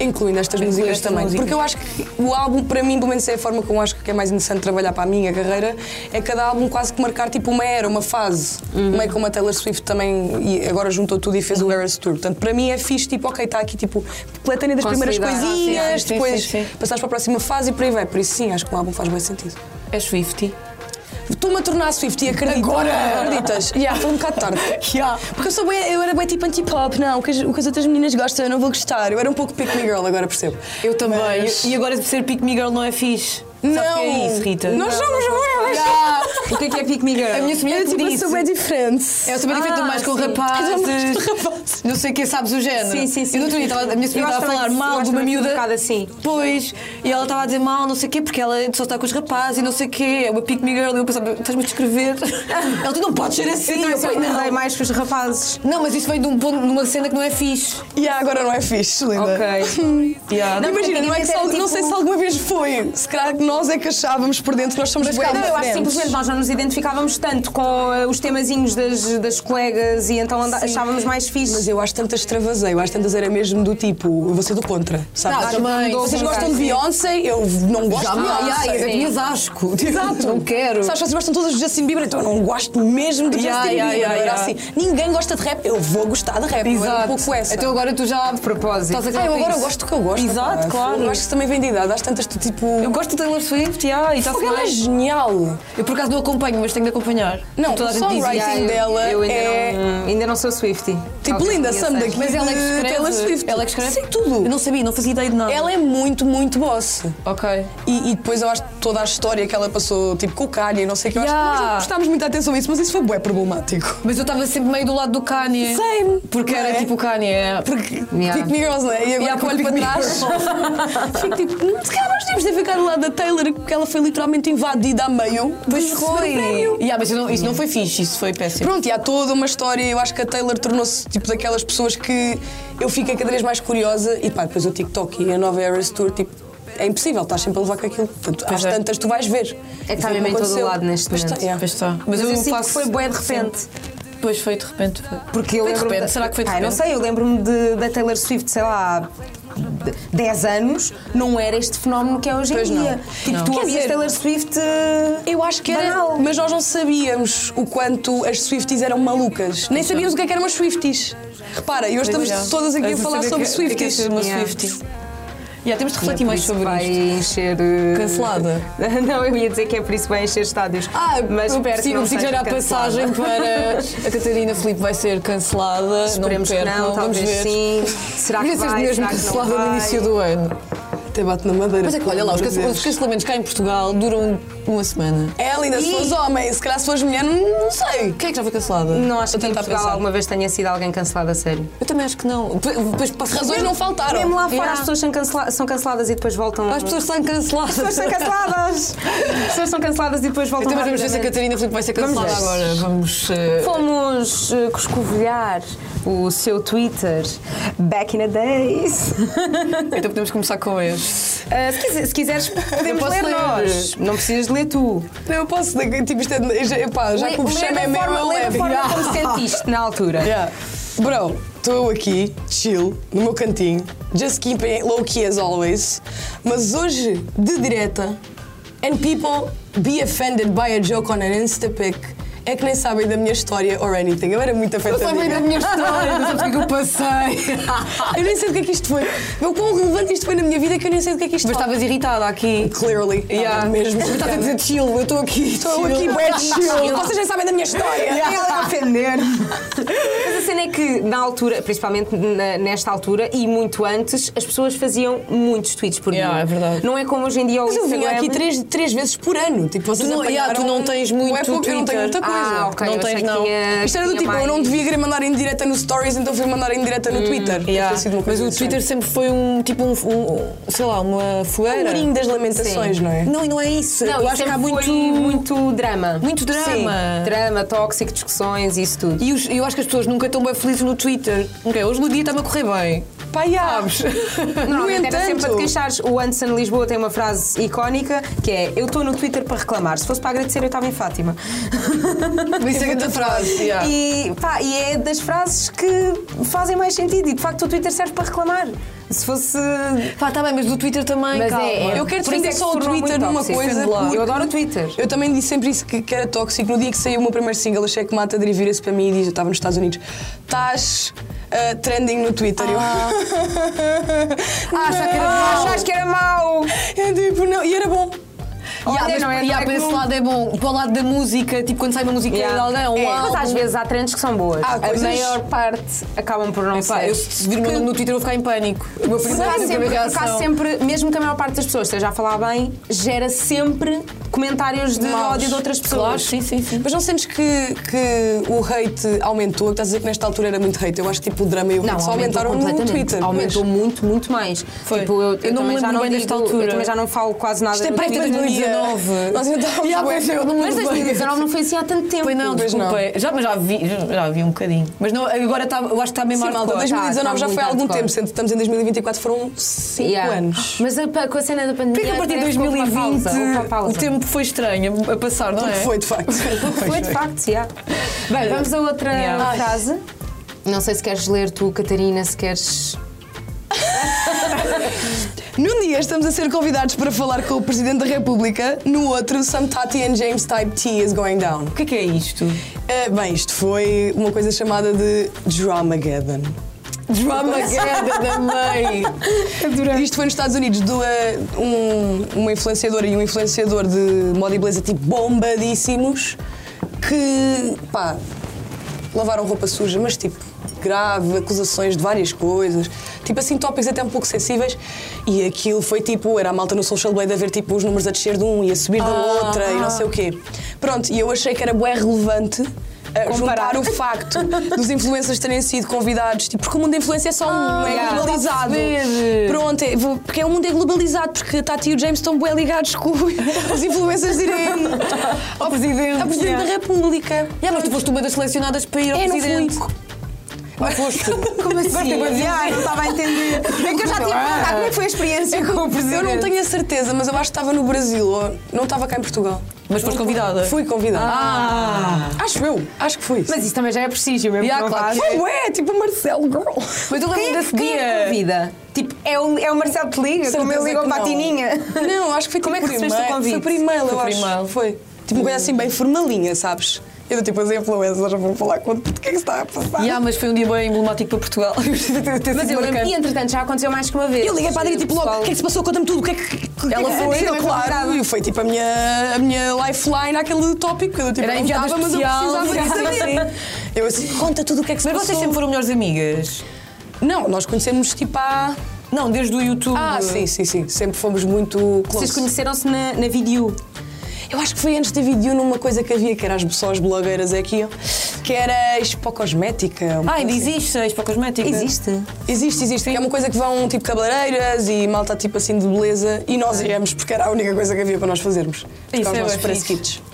Speaker 3: Incluindo estas
Speaker 1: Incluindo
Speaker 3: músicas
Speaker 1: estas
Speaker 3: também.
Speaker 1: músicas.
Speaker 3: Porque eu acho que o álbum, para mim, pelo menos é a forma como eu acho que é mais interessante trabalhar para a minha carreira, é cada álbum quase que marcar tipo uma era, uma fase.
Speaker 1: Uhum.
Speaker 3: Meio como a Taylor Swift também e agora juntou tudo e fez o Eras Tour. Portanto, para mim é fixe, tipo, ok, está aqui tipo coletânea das primeiras
Speaker 2: Consolidar.
Speaker 3: coisinhas,
Speaker 1: Ah, sim, sim,
Speaker 3: depois
Speaker 1: sim, sim.
Speaker 3: passares para a próxima fase e por aí vai. Por isso sim, acho que um álbum faz bem sentido.
Speaker 1: É Swiftie.
Speaker 3: Estou-me a tornar Swiftie, acredito.
Speaker 1: Agora!
Speaker 3: Acreditas? Já, yeah, foi um bocado tarde.
Speaker 1: Yeah.
Speaker 3: Porque eu, sou bué, eu era bem tipo anti-pop, não, o que, as, o que as outras meninas gostam eu não vou gostar. Eu era um pouco pick me girl, agora percebo.
Speaker 1: Eu também.
Speaker 3: Mas-
Speaker 1: E agora ser Pick Me Girl não é fixe. Sabe
Speaker 3: Não!
Speaker 1: o que é isso, Rita?
Speaker 3: Nós somos bué!
Speaker 1: Yeah.
Speaker 2: O que é que é Pick Me Girl?
Speaker 1: A minha semelhança
Speaker 3: Eu tipo,
Speaker 1: disse.
Speaker 3: sou bem diferente.
Speaker 1: É, eu também diferente
Speaker 2: Ah,
Speaker 1: mais com
Speaker 2: sim.
Speaker 1: rapazes.
Speaker 3: Eu mais com rapazes.
Speaker 1: Não sei o que, sabes o género.
Speaker 2: Sim, sim, sim.
Speaker 1: E no outro dia estava- a minha sobrinha
Speaker 2: Eu
Speaker 1: estava a
Speaker 2: acho
Speaker 1: falar
Speaker 2: também-
Speaker 1: mal
Speaker 2: eu acho
Speaker 1: de uma
Speaker 2: também
Speaker 1: miúda.
Speaker 2: um bocado assim.
Speaker 1: Pois, e ela estava a dizer mal, não sei o quê, porque ela só está com os rapazes e não sei o quê. É uma pick me girl. E eu pensava, estás-me a descrever? Ela, tu não podes ser assim.
Speaker 2: Eu
Speaker 1: Eu,
Speaker 2: também
Speaker 1: "Pois
Speaker 2: andei
Speaker 1: não.
Speaker 2: mais com os rapazes.
Speaker 1: Não, mas isso vem de um ponto, de uma cena que não é fixe.
Speaker 3: E agora não é fixe, linda.
Speaker 2: Ok.
Speaker 1: Yeah.
Speaker 3: Não,
Speaker 2: Não,
Speaker 3: imagina,
Speaker 2: porque
Speaker 3: não, é que se,
Speaker 2: antigamente
Speaker 3: não
Speaker 2: era
Speaker 3: sei
Speaker 2: tipo-
Speaker 3: se alguma vez foi. Se calhar que nós é que achávamos por dentro que nós somos bué
Speaker 2: Não, eu acho que
Speaker 3: diferentes.
Speaker 2: simplesmente nós não nos identificávamos tanto com eh, os temazinhos das, das colegas e então anda- achávamos mais fixe.
Speaker 3: Mas eu acho tantas extravasei, eu acho tantas era mesmo do tipo, eu vou ser do contra, sabes?
Speaker 1: Ah, também.
Speaker 2: mudou
Speaker 3: Vocês
Speaker 2: um
Speaker 3: gostam de
Speaker 2: bocado,
Speaker 3: Beyoncé? Eu não gosto
Speaker 1: Já
Speaker 3: de
Speaker 1: me
Speaker 3: Beyoncé.
Speaker 1: yeah,
Speaker 2: sim.
Speaker 1: tinhas asco. Exato. Não quero.
Speaker 3: Sabes, vocês gostam todos de Justin Bieber, então eu não gosto mesmo de
Speaker 1: Yeah,
Speaker 3: Justin
Speaker 1: yeah,
Speaker 3: Bieber.
Speaker 1: yeah,
Speaker 3: Era
Speaker 1: yeah.
Speaker 3: assim, ninguém gosta de rap, eu vou gostar de rap. Eu era um
Speaker 1: Exato.
Speaker 3: pouco essa.
Speaker 1: Então agora tu já. De
Speaker 2: propósito.
Speaker 1: Estás a
Speaker 3: Ah, eu
Speaker 1: calar
Speaker 3: agora
Speaker 1: isso.
Speaker 3: gosto do que eu gosto.
Speaker 1: Exato,
Speaker 3: pá.
Speaker 1: claro.
Speaker 3: Eu acho que isso também vem de idade. Às tantas, tu tipo.
Speaker 1: Eu gosto de Taylor Swift, yeah, e está
Speaker 3: Porque ela é genial.
Speaker 1: Eu por acaso não acompanho, mas tenho de acompanhar.
Speaker 3: Não,
Speaker 1: toda a
Speaker 3: o
Speaker 1: gente diz isso.
Speaker 3: songwriting
Speaker 2: eu,
Speaker 3: dela
Speaker 2: eu ainda,
Speaker 3: é-
Speaker 2: não, ainda não sou Swiftie.
Speaker 3: Tipo,
Speaker 2: Talvez
Speaker 3: linda,
Speaker 2: um dia
Speaker 3: some
Speaker 2: seja.
Speaker 3: daqui.
Speaker 1: Mas ela é que
Speaker 3: de
Speaker 1: escreve.
Speaker 3: Taylor Swift.
Speaker 1: Ela é que escreve?
Speaker 3: Sei tudo.
Speaker 1: Eu não sabia, não fazia ideia de nada.
Speaker 3: Ela é muito, muito boss.
Speaker 1: Ok.
Speaker 3: E, e depois eu acho que toda a história que ela passou, tipo, com o Kanye, não sei o que, eu acho que
Speaker 1: Yeah.
Speaker 3: nós não prestámos muita atenção a isso, mas isso foi bué problemático.
Speaker 1: Mas eu estava sempre meio do lado do Kanye.
Speaker 3: Same.
Speaker 1: Porque era
Speaker 3: Não é?
Speaker 1: tipo o Kanye.
Speaker 3: Porque
Speaker 2: Yeah.
Speaker 3: Pick Me Girls, não é? E agora
Speaker 1: Yeah,
Speaker 3: que eu olho
Speaker 1: porque
Speaker 3: para
Speaker 1: Pick Me
Speaker 3: trás, fico tipo, "Hum, se calhar nós devíamos ter ficado do lado da Taylor, porque ela foi literalmente invadida a meio.
Speaker 1: Pois
Speaker 3: de receber
Speaker 1: foi.
Speaker 3: o prémio.
Speaker 1: Yeah, mas isso não, isso não foi fixe, isso foi péssimo.
Speaker 3: Pronto, e há toda uma história. Eu acho que a Taylor tornou-se tipo daquelas pessoas que eu fiquei cada vez mais curiosa. E pá, depois o TikTok e a nova Eras Tour, tipo, é impossível, estás sempre a levar com aquilo. Portanto, às
Speaker 1: é.
Speaker 3: tantas tu vais ver.
Speaker 2: É que
Speaker 3: E
Speaker 2: está
Speaker 3: foi
Speaker 2: mesmo em
Speaker 3: como
Speaker 2: todo o
Speaker 3: aconteceu.
Speaker 2: lado neste
Speaker 3: Pois
Speaker 2: momento.
Speaker 3: está, yeah.
Speaker 1: Pois está. Mas,
Speaker 2: Mas
Speaker 1: eu,
Speaker 2: eu sinto
Speaker 1: faço.
Speaker 2: que foi bué de repente.
Speaker 1: Depois foi de repente. Foi.
Speaker 2: Porque eu
Speaker 1: Foi de
Speaker 2: lembro-me
Speaker 1: repente, será que foi de
Speaker 2: Ai, não
Speaker 1: repente?
Speaker 2: sei, eu lembro-me de- da Taylor Swift, sei lá, de- dez anos, não era este fenómeno que é hoje em
Speaker 3: Pois não.
Speaker 2: dia. Tipo,
Speaker 1: Não.
Speaker 2: tu
Speaker 3: Quer
Speaker 2: ouvias
Speaker 3: dizer,
Speaker 2: Taylor Swift. eh,
Speaker 3: Eu acho que era,
Speaker 2: banal.
Speaker 3: mas nós não sabíamos o quanto as Swifties eram malucas. Nem sabíamos o que é que eram as Swifties. Repara, e hoje estamos
Speaker 1: Yeah.
Speaker 3: todas aqui a
Speaker 1: Mas
Speaker 3: falar
Speaker 1: saber
Speaker 3: sobre
Speaker 1: que- que é que é
Speaker 3: Swifties.
Speaker 1: ser uma
Speaker 2: Yeah.
Speaker 1: Swiftie. Yeah, temos de refletir
Speaker 2: é
Speaker 1: mais
Speaker 2: por isso
Speaker 1: sobre
Speaker 2: que vai
Speaker 1: isto.
Speaker 2: encher. eh,
Speaker 1: Cancelada.
Speaker 2: Não, eu ia dizer que é por isso que vai encher estádios.
Speaker 1: Ah,
Speaker 2: mas
Speaker 1: eu
Speaker 2: espero que
Speaker 1: preciso,
Speaker 2: não
Speaker 1: preciso
Speaker 2: seja
Speaker 1: já a
Speaker 2: cancelada.
Speaker 1: passagem para a Catarina Filipe vai ser cancelada.
Speaker 2: Esperemos
Speaker 1: não
Speaker 2: que
Speaker 1: percam,
Speaker 2: não,
Speaker 1: vamos
Speaker 2: talvez
Speaker 1: ver.
Speaker 2: sim. Será que
Speaker 1: Podia ser
Speaker 2: vai?
Speaker 1: mesmo
Speaker 2: Será que não
Speaker 1: cancelada no
Speaker 2: vai?
Speaker 1: início do ano.
Speaker 3: Até bate na madeira.
Speaker 1: Mas é que olha lá, os,
Speaker 3: pelo amor de
Speaker 1: cance- os
Speaker 3: Deus.
Speaker 1: cancelamentos cá em Portugal duram uma semana.
Speaker 3: É linda, se
Speaker 2: E-
Speaker 3: fores homem, se calhar se fores mulher, não, não sei.
Speaker 1: Quem é que já foi cancelada?
Speaker 2: Não acho
Speaker 1: Estou
Speaker 2: que
Speaker 1: a
Speaker 2: em
Speaker 1: tentar
Speaker 2: Portugal
Speaker 1: pensar.
Speaker 2: alguma vez tenha sido alguém cancelado a sério.
Speaker 1: Eu também acho que não. Depois, depois,
Speaker 3: Razões não faltaram.
Speaker 2: Mesmo lá fora
Speaker 1: Yeah.
Speaker 2: as pessoas são, cancela- são canceladas e depois voltam.
Speaker 1: As pessoas são canceladas.
Speaker 2: As pessoas são canceladas! As pessoas são canceladas e depois voltam.
Speaker 1: Então vamos ver se a
Speaker 2: rapidamente.
Speaker 1: Catarina Filipe vai ser
Speaker 2: Vamos
Speaker 1: cancelada
Speaker 2: ver.
Speaker 1: agora. Vamos. eh,
Speaker 2: Fomos uh, coscovilhar o seu Twitter back in the days.
Speaker 1: Então podemos começar com este.
Speaker 2: Uh, se, quiser- se quiseres, podemos
Speaker 1: posso
Speaker 2: ler
Speaker 1: ler.
Speaker 2: nós. Não precisas de ler tu.
Speaker 3: Não, eu posso dizer, tipo, isto é, já, epá, já
Speaker 2: Lê-
Speaker 3: que o
Speaker 2: lê
Speaker 3: chama
Speaker 2: da
Speaker 3: é meu,
Speaker 2: forma-
Speaker 3: eu
Speaker 2: lê da
Speaker 3: levo.
Speaker 2: forma
Speaker 3: Yeah.
Speaker 2: como sentiste na altura.
Speaker 3: Yeah. Bro, estou aqui, chill, no meu cantinho, just keeping it low key as always, mas hoje, de direta, and people be offended by a joke on an Insta pic, é que nem sabem da minha história or anything. Eu era muito
Speaker 1: Não sabem da
Speaker 3: afetadinha.
Speaker 1: minha história, não sabes o que é que eu passei.
Speaker 3: Eu nem sei do que é que isto foi. Meu, quão relevante isto foi na minha vida que eu nem sei do que é que isto
Speaker 1: Mas
Speaker 3: foi.
Speaker 1: estavas irritada aqui.
Speaker 3: Clearly.
Speaker 1: Yeah.
Speaker 3: Estava mesmo.
Speaker 1: Eu estava a dizer chill, eu estou aqui.
Speaker 3: Estou aqui, bué chill. Vocês já sabem da minha história.
Speaker 2: Ele a ofender. Mas a cena é que, na altura, principalmente na- nesta altura e muito antes, as pessoas faziam muitos tweets por dia.
Speaker 1: Yeah, é verdade.
Speaker 2: Não é como hoje em dia o
Speaker 3: Mas eu vinha
Speaker 2: Instagram.
Speaker 3: aqui três, três vezes por ano. Tipo, vocês
Speaker 1: Tu não- yeah,
Speaker 3: apanharam-
Speaker 1: tu não tens muito
Speaker 3: Bué pouco, eu não tenho muita
Speaker 1: Twitter.
Speaker 3: coisa.
Speaker 2: Ah, ok.
Speaker 1: Não
Speaker 2: eu
Speaker 1: tens,
Speaker 2: achei que
Speaker 1: não.
Speaker 2: tinha-
Speaker 3: Isto era do
Speaker 2: tinha
Speaker 3: tipo, eu não
Speaker 2: mais-
Speaker 3: devia querer mandar em direta no Stories, então fui mandar em direta no Twitter. Deve
Speaker 1: Yeah.
Speaker 3: ter sido uma
Speaker 1: Mas
Speaker 3: coisa
Speaker 1: o
Speaker 3: desse
Speaker 1: Twitter
Speaker 3: género.
Speaker 1: sempre foi um tipo um, um- sei lá, uma
Speaker 3: Um
Speaker 1: fogueira.
Speaker 3: murinho das lamentações,
Speaker 2: Sim.
Speaker 3: não é?
Speaker 1: Não, e não é isso.
Speaker 2: Não,
Speaker 1: eu
Speaker 2: e
Speaker 1: acho que há
Speaker 2: sempre
Speaker 1: muito
Speaker 2: foi muito drama.
Speaker 1: muito drama.
Speaker 2: Sim, drama, tóxico, discussões e isso tudo.
Speaker 1: E os- eu acho que as pessoas nunca estão bem felizes no Twitter. Ok, hoje no dia está-me a correr bem.
Speaker 3: Pá, yeah.
Speaker 1: Sabes?
Speaker 3: No
Speaker 2: Normalmente era sempre
Speaker 3: entanto,
Speaker 2: para te queixares. O Anderson Lisboa tem uma frase icónica que é: eu estou no Twitter para reclamar. Se fosse para agradecer, eu estava em Fátima.
Speaker 1: Isso é a frase. yeah.
Speaker 2: E, pá, e é das frases que fazem mais sentido. E de facto o Twitter serve para reclamar. se fosse...
Speaker 1: Pá, tá bem, mas do Twitter também,
Speaker 2: Mas
Speaker 1: calma.
Speaker 2: é, é.
Speaker 3: Eu quero
Speaker 2: Por isso
Speaker 3: defender
Speaker 2: é que
Speaker 3: só
Speaker 2: se
Speaker 3: o
Speaker 2: tornou
Speaker 3: Twitter
Speaker 2: muito
Speaker 3: numa
Speaker 2: tóxico.
Speaker 3: coisa.
Speaker 1: Defende lá.
Speaker 3: porque
Speaker 2: Eu adoro o Twitter.
Speaker 3: Eu também disse sempre isso, que, que era tóxico. No dia que saiu o meu primeiro single, achei que Mata Deri vira-se para mim e diz: eu estava nos Estados Unidos, estás uh, trending no Twitter.
Speaker 1: Ah.
Speaker 3: Eu,
Speaker 2: Ah, só que era mau. Achaste que era mau.
Speaker 3: eu tipo, não, e era bom.
Speaker 1: Yeah,
Speaker 2: Olha,
Speaker 1: mas,
Speaker 2: não é-
Speaker 1: yeah,
Speaker 2: não é
Speaker 1: para esse
Speaker 2: comum.
Speaker 1: lado é bom. Para o lado da música, tipo quando sai uma música
Speaker 2: Yeah.
Speaker 1: de alguém, um
Speaker 2: É,
Speaker 1: álbum.
Speaker 2: mas às vezes há trends que são boas.
Speaker 3: Há
Speaker 2: A
Speaker 3: coisas-
Speaker 2: maior parte acabam por não
Speaker 1: Epá,
Speaker 2: ser.
Speaker 1: eu se vir o meu nome no Twitter eu vou ficar em pânico. O meu
Speaker 2: Porque
Speaker 1: primeiro
Speaker 2: há
Speaker 1: a
Speaker 2: sempre,
Speaker 1: primeira
Speaker 2: porque há
Speaker 1: reação.
Speaker 2: sempre, mesmo que a maior parte das pessoas esteja a falar bem, gera sempre comentários de
Speaker 3: Maus.
Speaker 2: ódio de outras pessoas.
Speaker 1: Claro, sim, sim, sim.
Speaker 3: Mas não sentes que, que o hate aumentou? Estás a dizer que nesta altura era muito hate. Eu acho que tipo, o drama e o
Speaker 2: Não,
Speaker 3: hate só
Speaker 2: aumentou
Speaker 3: aumentaram no
Speaker 2: completamente.
Speaker 3: Twitter.
Speaker 2: Aumentou muito, muito mais.
Speaker 1: Foi.
Speaker 2: Tipo, eu,
Speaker 1: Eu não me
Speaker 2: também já
Speaker 1: lembro
Speaker 2: não
Speaker 1: bem
Speaker 2: digo,
Speaker 1: desta altura.
Speaker 2: Eu também já não falo quase nada
Speaker 3: Isto é
Speaker 2: no
Speaker 3: para
Speaker 2: Twitter.
Speaker 3: dois mil e
Speaker 1: dezanove.
Speaker 3: Nós inventávamos
Speaker 1: Yeah,
Speaker 3: bué.
Speaker 1: pois é, eu não me
Speaker 2: Mas
Speaker 1: lembro
Speaker 2: dois mil e
Speaker 1: bem.
Speaker 2: dezanove não foi assim há tanto tempo.
Speaker 1: Pois não,
Speaker 3: Pois
Speaker 1: desculpa.
Speaker 3: não.
Speaker 1: Já, mas já vi, já, já vi um bocadinho. Mas não, agora está, eu acho que está mesmo
Speaker 3: Sim, malta,
Speaker 1: hardcore.
Speaker 3: dois mil e dezanove já
Speaker 2: Tá, tá
Speaker 3: foi há algum
Speaker 2: muito
Speaker 3: tempo,
Speaker 2: hardcore.
Speaker 3: sendo que estamos em dois mil e vinte e quatro, foram cinco
Speaker 2: Yeah.
Speaker 3: anos.
Speaker 2: Mas a, com a cena da pandemia.
Speaker 1: Porque a partir de
Speaker 2: parece
Speaker 1: dois
Speaker 2: que
Speaker 1: mil e
Speaker 2: houve uma
Speaker 1: vinte
Speaker 2: pausa, houve uma pausa.
Speaker 1: o tempo foi estranho a passar, não é?
Speaker 3: Foi, de facto.
Speaker 2: Foi de facto, já. Bem, vamos a outra
Speaker 1: Yeah.
Speaker 2: frase. Não sei se queres ler tu, Catarina, se queres.
Speaker 3: Num dia estamos a ser convidados para falar com o Presidente da República, no outro, some Tati and James type tea is going down.
Speaker 1: O que é que é isto?
Speaker 3: Uh, bem, isto foi uma coisa chamada de Dramageddon.
Speaker 1: Drama Guerra da mãe.
Speaker 3: Isto foi nos Estados Unidos, do, uh, um, uma influenciadora e um influenciador de moda e beleza tipo bombadíssimos que, pá, lavaram roupa suja, mas tipo grave, acusações de várias coisas, tipo assim tópicos até um pouco sensíveis, e aquilo foi tipo, era a malta no Social Blade a ver tipo os números a descer de um e a subir da
Speaker 1: Ah,
Speaker 3: outra e não sei o quê. Pronto, e eu achei que era bué relevante uh, juntar o facto dos influencers terem sido convidados, tipo, porque o mundo da influência é só um, não é
Speaker 1: yeah.
Speaker 3: globalizado.
Speaker 1: Dá para perceber.
Speaker 3: Pronto, é, vou- porque é o mundo é globalizado, porque a Tati e o James estão bem ligados com os influencers irem
Speaker 1: Ao Presidente.
Speaker 3: ao Presidente
Speaker 1: yeah.
Speaker 3: da República.
Speaker 1: Yeah, mas tu foste uma das selecionadas para ir ao
Speaker 3: É, não
Speaker 1: Presidente.
Speaker 3: fui.
Speaker 1: Não foste.
Speaker 2: Como assim?
Speaker 1: Vai ter coisa
Speaker 2: Já, não estava a entender. É que eu já tinha perguntado como é que foi a experiência com o Presidente.
Speaker 3: Eu não tenho a certeza, mas eu acho que estava no Brasil, ou não estava cá em Portugal.
Speaker 1: Mas foste convidada?
Speaker 3: Fui convidada.
Speaker 1: Ah.
Speaker 3: Acho eu, acho que fui.
Speaker 2: Mas isso também já é prestígio mesmo.
Speaker 1: Yeah,
Speaker 2: que não
Speaker 1: claro
Speaker 2: faz.
Speaker 1: que
Speaker 3: Foi, ué, tipo o Marcelo Girl.
Speaker 1: Mas eu
Speaker 2: Quem
Speaker 1: lembro
Speaker 2: é,
Speaker 1: desse
Speaker 2: quem é que
Speaker 1: dia.
Speaker 2: convida? Tipo, é o, é o Marcelo que te liga, como
Speaker 3: Certeza
Speaker 2: ele ligou
Speaker 3: que
Speaker 2: para a
Speaker 3: não.
Speaker 2: Tininha.
Speaker 3: Não, acho que foi
Speaker 2: Como
Speaker 3: tipo
Speaker 2: é que
Speaker 3: por
Speaker 2: recebeste o
Speaker 3: e-mail.
Speaker 2: convite?
Speaker 3: Foi por e-mail, eu
Speaker 1: Foi por
Speaker 3: acho.
Speaker 1: e-mail.
Speaker 3: Foi. Tipo uma coisa assim bem formalinha, sabes? Eu do tipo, as influencers já vão falar com o que é que se está a passar.
Speaker 1: Yeah, mas foi um dia bem emblemático para Portugal.
Speaker 2: Mas eu lembro, e entretanto já aconteceu mais que uma vez.
Speaker 3: Eu liguei para a Adri tipo logo, o que é que se passou? Conta-me tudo, o que é que.
Speaker 1: Ela
Speaker 3: que-
Speaker 1: foi,
Speaker 3: que-
Speaker 1: também foi
Speaker 3: claro,
Speaker 2: convidada.
Speaker 3: e foi tipo a minha, a minha lifeline àquele tópico. Eu, tipo,
Speaker 1: Era
Speaker 3: não
Speaker 1: enviada
Speaker 3: estava, mas eu
Speaker 1: especial.
Speaker 3: precisava de
Speaker 1: Sim,
Speaker 3: saber.
Speaker 1: sim.
Speaker 3: Eu assim, conta tudo o que é que se
Speaker 1: Mas
Speaker 3: passou.
Speaker 1: vocês sempre foram melhores amigas?
Speaker 3: Não, nós conhecemos tipo há.
Speaker 1: Não, desde o YouTube.
Speaker 3: Ah, sim, sim, sim. Sempre fomos muito close.
Speaker 2: Vocês conheceram-se na, na Video.
Speaker 3: Eu acho que foi antes da vídeo numa coisa que havia, que era as, só as blogueiras aqui, que era Expo Cosmética. uma
Speaker 1: Ah, ainda
Speaker 3: coisa assim.
Speaker 1: existe a Expo Cosmética?
Speaker 2: Existe.
Speaker 3: Existe, existe. É uma coisa que vão tipo cabeleireiras e malta tipo assim de beleza e nós íamos porque era a única coisa que havia para nós fazermos.
Speaker 1: Isso
Speaker 3: Os
Speaker 1: é
Speaker 3: nossos
Speaker 1: bué
Speaker 3: press
Speaker 1: fixe.
Speaker 3: kits.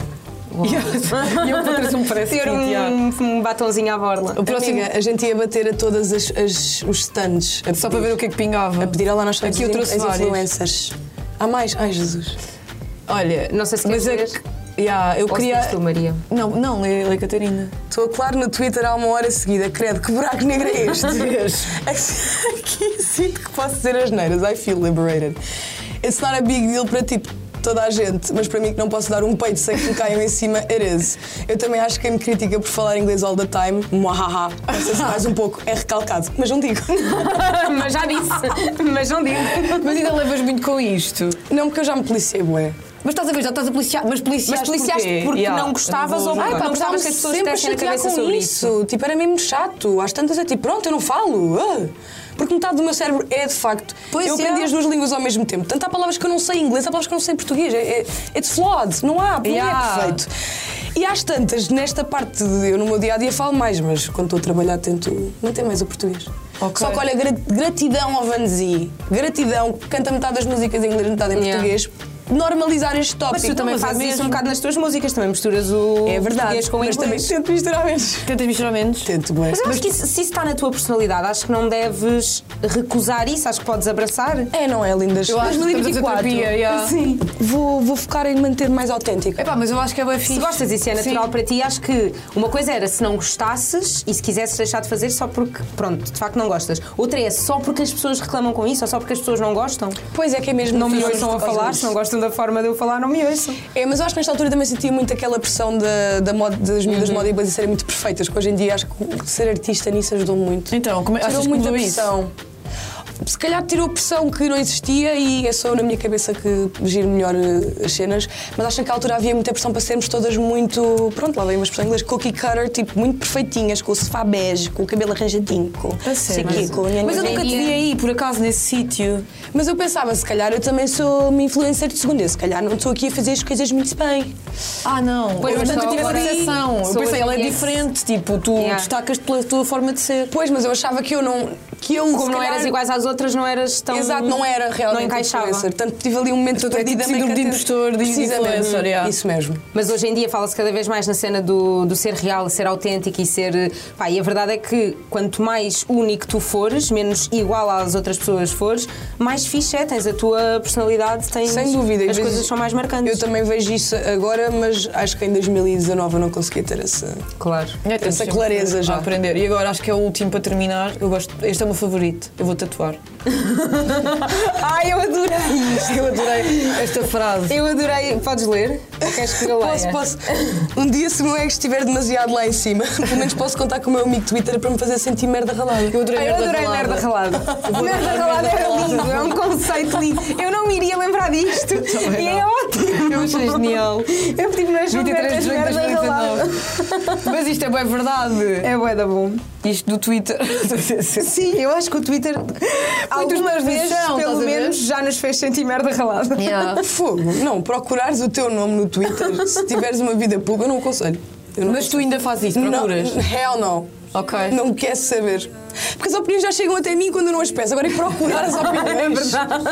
Speaker 1: E eu vou trazer um preço
Speaker 2: Ter um, um batonzinho à borla.
Speaker 1: O próximo,
Speaker 3: Amiga, a gente ia bater a todas as, as- os stands. a
Speaker 1: só para ver o que é que pingava.
Speaker 3: A pedir a lá nós
Speaker 1: Aqui eu trouxe
Speaker 3: as
Speaker 1: vários.
Speaker 3: influencers. Há mais? Ai, Jesus.
Speaker 1: Olha,
Speaker 2: Não sei se
Speaker 1: mas
Speaker 2: queres
Speaker 1: é
Speaker 2: ler.
Speaker 1: que- yeah, eu
Speaker 2: Ou se
Speaker 1: queria.
Speaker 2: foste tu, Maria.
Speaker 1: Não, não, lê, lê Catarina.
Speaker 3: Estou a claro no Twitter há uma hora seguida. Credo, que buraco negro é este? Aqui sinto que posso dizer as neiras. I feel liberated. It's not a big deal para tipo toda a gente, mas para mim que não posso dar um peito sem que me caiam em cima, it is. Eu também acho que quem me critica por falar inglês all the time, muahaha, não sei se mais um pouco, é recalcado, mas não digo.
Speaker 2: Mas já disse. Mas não digo.
Speaker 1: Mas ainda levas muito com isto.
Speaker 3: Não, porque eu já me policiei, bué.
Speaker 1: Mas estás a ver, já estás a policiar. Mas policiaste,
Speaker 2: Mas policiaste
Speaker 1: porquê?
Speaker 2: porque
Speaker 1: Yeah,
Speaker 2: não gostavas
Speaker 1: eu não vou
Speaker 2: ou porque
Speaker 1: julgar.
Speaker 2: não gostavas que as pessoas
Speaker 3: sempre a
Speaker 2: tivessem na
Speaker 3: chatear
Speaker 2: cabeça
Speaker 3: com
Speaker 2: sobre
Speaker 3: isso. Tipo, era mesmo chato. Às tantas é tipo, pronto, eu não falo. Ah. Porque metade do meu cérebro é de facto.
Speaker 1: Pois
Speaker 3: eu aprendi
Speaker 1: é.
Speaker 3: as duas línguas ao mesmo tempo. Tanto há palavras que eu não sei inglês, há palavras que eu não sei português. É, é, it's flawed. Não há, não
Speaker 1: Yeah.
Speaker 3: é perfeito. E às tantas, nesta parte, de, eu no meu dia a dia falo mais, mas quando estou a trabalhar tento manter mais o português.
Speaker 1: Ok.
Speaker 3: Só que olha, gra- gratidão ao Vanzi. Gratidão, canta metade das músicas em inglês, metade em
Speaker 2: Yeah.
Speaker 3: português. normalizar este tópico.
Speaker 2: Mas tu também
Speaker 1: mas é
Speaker 2: fazes isso
Speaker 1: mesmo.
Speaker 2: um bocado nas tuas músicas, também misturas o
Speaker 3: É verdade,
Speaker 2: português com o
Speaker 3: mas também
Speaker 2: inglês.
Speaker 3: tento misturar menos.
Speaker 1: Tentas misturar menos?
Speaker 3: Tento, bem.
Speaker 2: Mas eu acho que isso, se isso está na tua personalidade, acho que não deves recusar isso, acho que podes abraçar.
Speaker 3: É, não é, lindas?
Speaker 1: Eu acho que estamos a fazer terapia, yeah.
Speaker 2: Sim.
Speaker 3: Vou, vou focar em manter mais autêntica.
Speaker 1: Epá, mas eu acho que é bem fixe.
Speaker 2: Se gostas e se é natural
Speaker 1: Sim.
Speaker 2: para ti, acho que uma coisa era se não gostasses e se quisesses deixar de fazer só porque, pronto, de facto não gostas. Outra é só porque as pessoas reclamam com isso ou só porque as pessoas não gostam.
Speaker 3: Pois é que é mesmo.
Speaker 2: Não me
Speaker 3: difícil
Speaker 2: ouçam a
Speaker 3: por causa
Speaker 2: falar,
Speaker 3: disso.
Speaker 2: se não gostam da forma de eu falar, não me ouçam.
Speaker 3: É, mas eu acho que nesta altura também sentia muito aquela pressão da, da moda, das medidas de moda e beleza serem muito perfeitas, que hoje em dia acho que ser artista nisso ajudou muito.
Speaker 1: Então, como é-
Speaker 3: Tirou
Speaker 1: achas que
Speaker 3: muita
Speaker 1: mudou isso?
Speaker 3: pressão. Se calhar tirou pressão que não existia e é só na minha cabeça que giro melhor eh, as cenas, mas acho que naquela altura havia muita pressão para sermos todas muito, pronto, lá vem uma expressão em inglês, cookie cutter, tipo, muito perfeitinhas, com o sofá bege, com o cabelo arranjadinho, com
Speaker 1: A sério?
Speaker 3: sei quê, com a minha
Speaker 1: Mas eu
Speaker 3: minha-
Speaker 1: nunca te vi aí, por acaso, nesse sítio.
Speaker 3: Mas eu pensava, se calhar eu também sou uma influencer de segunda, se calhar não estou aqui a fazer as coisas muito bem.
Speaker 1: Ah, não.
Speaker 2: Pois,
Speaker 1: eu
Speaker 2: mas
Speaker 1: nunca
Speaker 2: só
Speaker 1: tive essa
Speaker 2: agora-
Speaker 1: percepção. Eu
Speaker 2: sou
Speaker 1: pensei, ela é
Speaker 2: esse-
Speaker 1: diferente. Tipo, tu
Speaker 2: Yeah.
Speaker 1: destacas pela tua forma de ser.
Speaker 3: Pois, mas eu achava que eu não... Que eu,
Speaker 2: Como
Speaker 3: se
Speaker 2: não
Speaker 3: calhar-
Speaker 2: eras iguais às outras, não eras tão...
Speaker 3: Exato, não era realmente
Speaker 2: Não encaixava.
Speaker 3: influencer. Portanto, tive ali um momento
Speaker 1: é tipo
Speaker 3: perdida
Speaker 1: síndrome de impostor, de influencer, yeah.
Speaker 3: Isso mesmo.
Speaker 2: Mas hoje em dia fala-se cada vez mais na cena do, do ser real, ser autêntico e ser... Pá, e a verdade é que quanto mais único tu fores, menos igual às outras pessoas fores, mais fixe é, tens a tua personalidade, tens...
Speaker 3: Sem dúvida. E
Speaker 2: As
Speaker 3: vezes-
Speaker 2: coisas são mais marcantes.
Speaker 3: Eu também vejo isso agora, mas acho que em dois mil e dezanove eu não conseguia ter essa,
Speaker 2: Claro.
Speaker 1: É, temos
Speaker 3: essa
Speaker 1: sempre
Speaker 3: clareza
Speaker 1: a
Speaker 3: já.
Speaker 1: aprender. E agora acho que é o último para terminar. Eu gosto. Este é o meu favorito. Eu vou tatuar.
Speaker 2: Ai, eu adorei isto.
Speaker 1: Eu adorei esta frase.
Speaker 2: Eu adorei. Podes ler? Ou queres que eu leia?
Speaker 3: Posso, posso. Um dia, se o meu ex estiver demasiado lá em cima, pelo menos posso contar com o meu amigo Twitter para me fazer sentir merda ralada.
Speaker 1: Eu adorei,
Speaker 2: Ai, eu
Speaker 1: merda
Speaker 2: adorei
Speaker 1: ralada.
Speaker 2: merda ralada.
Speaker 1: vou
Speaker 2: Merda
Speaker 1: adorar
Speaker 2: ralada
Speaker 1: merda
Speaker 2: era
Speaker 1: ralada.
Speaker 2: lindo, é um conceito lindo. Eu não me iria lembrar disto.
Speaker 1: também
Speaker 2: E é
Speaker 1: não.
Speaker 2: ótimo.
Speaker 1: Eu achei genial.
Speaker 2: Eu pedi nas
Speaker 1: vinte e três de junho de
Speaker 2: merda ralada.
Speaker 1: dois mil e dezanove. Mas isto é bem verdade.
Speaker 2: É bué da bom.
Speaker 1: Isto do Twitter.
Speaker 2: Sim, eu acho que o Twitter alguma
Speaker 1: meus
Speaker 2: vez,
Speaker 1: do chão,
Speaker 2: pelo
Speaker 1: estás a ver?
Speaker 2: menos, já nos fez sentir merda ralada.
Speaker 1: Yeah.
Speaker 3: Fogo. Não, procurares o teu nome no Twitter, se tiveres uma vida pública, eu não aconselho. Eu não
Speaker 1: Mas tu ainda fazes isso, procuras?
Speaker 3: Não, hell no.
Speaker 1: Ok.
Speaker 3: Não quer saber. Porque as opiniões já chegam até mim quando eu não as peço. Agora é procurar as opiniões.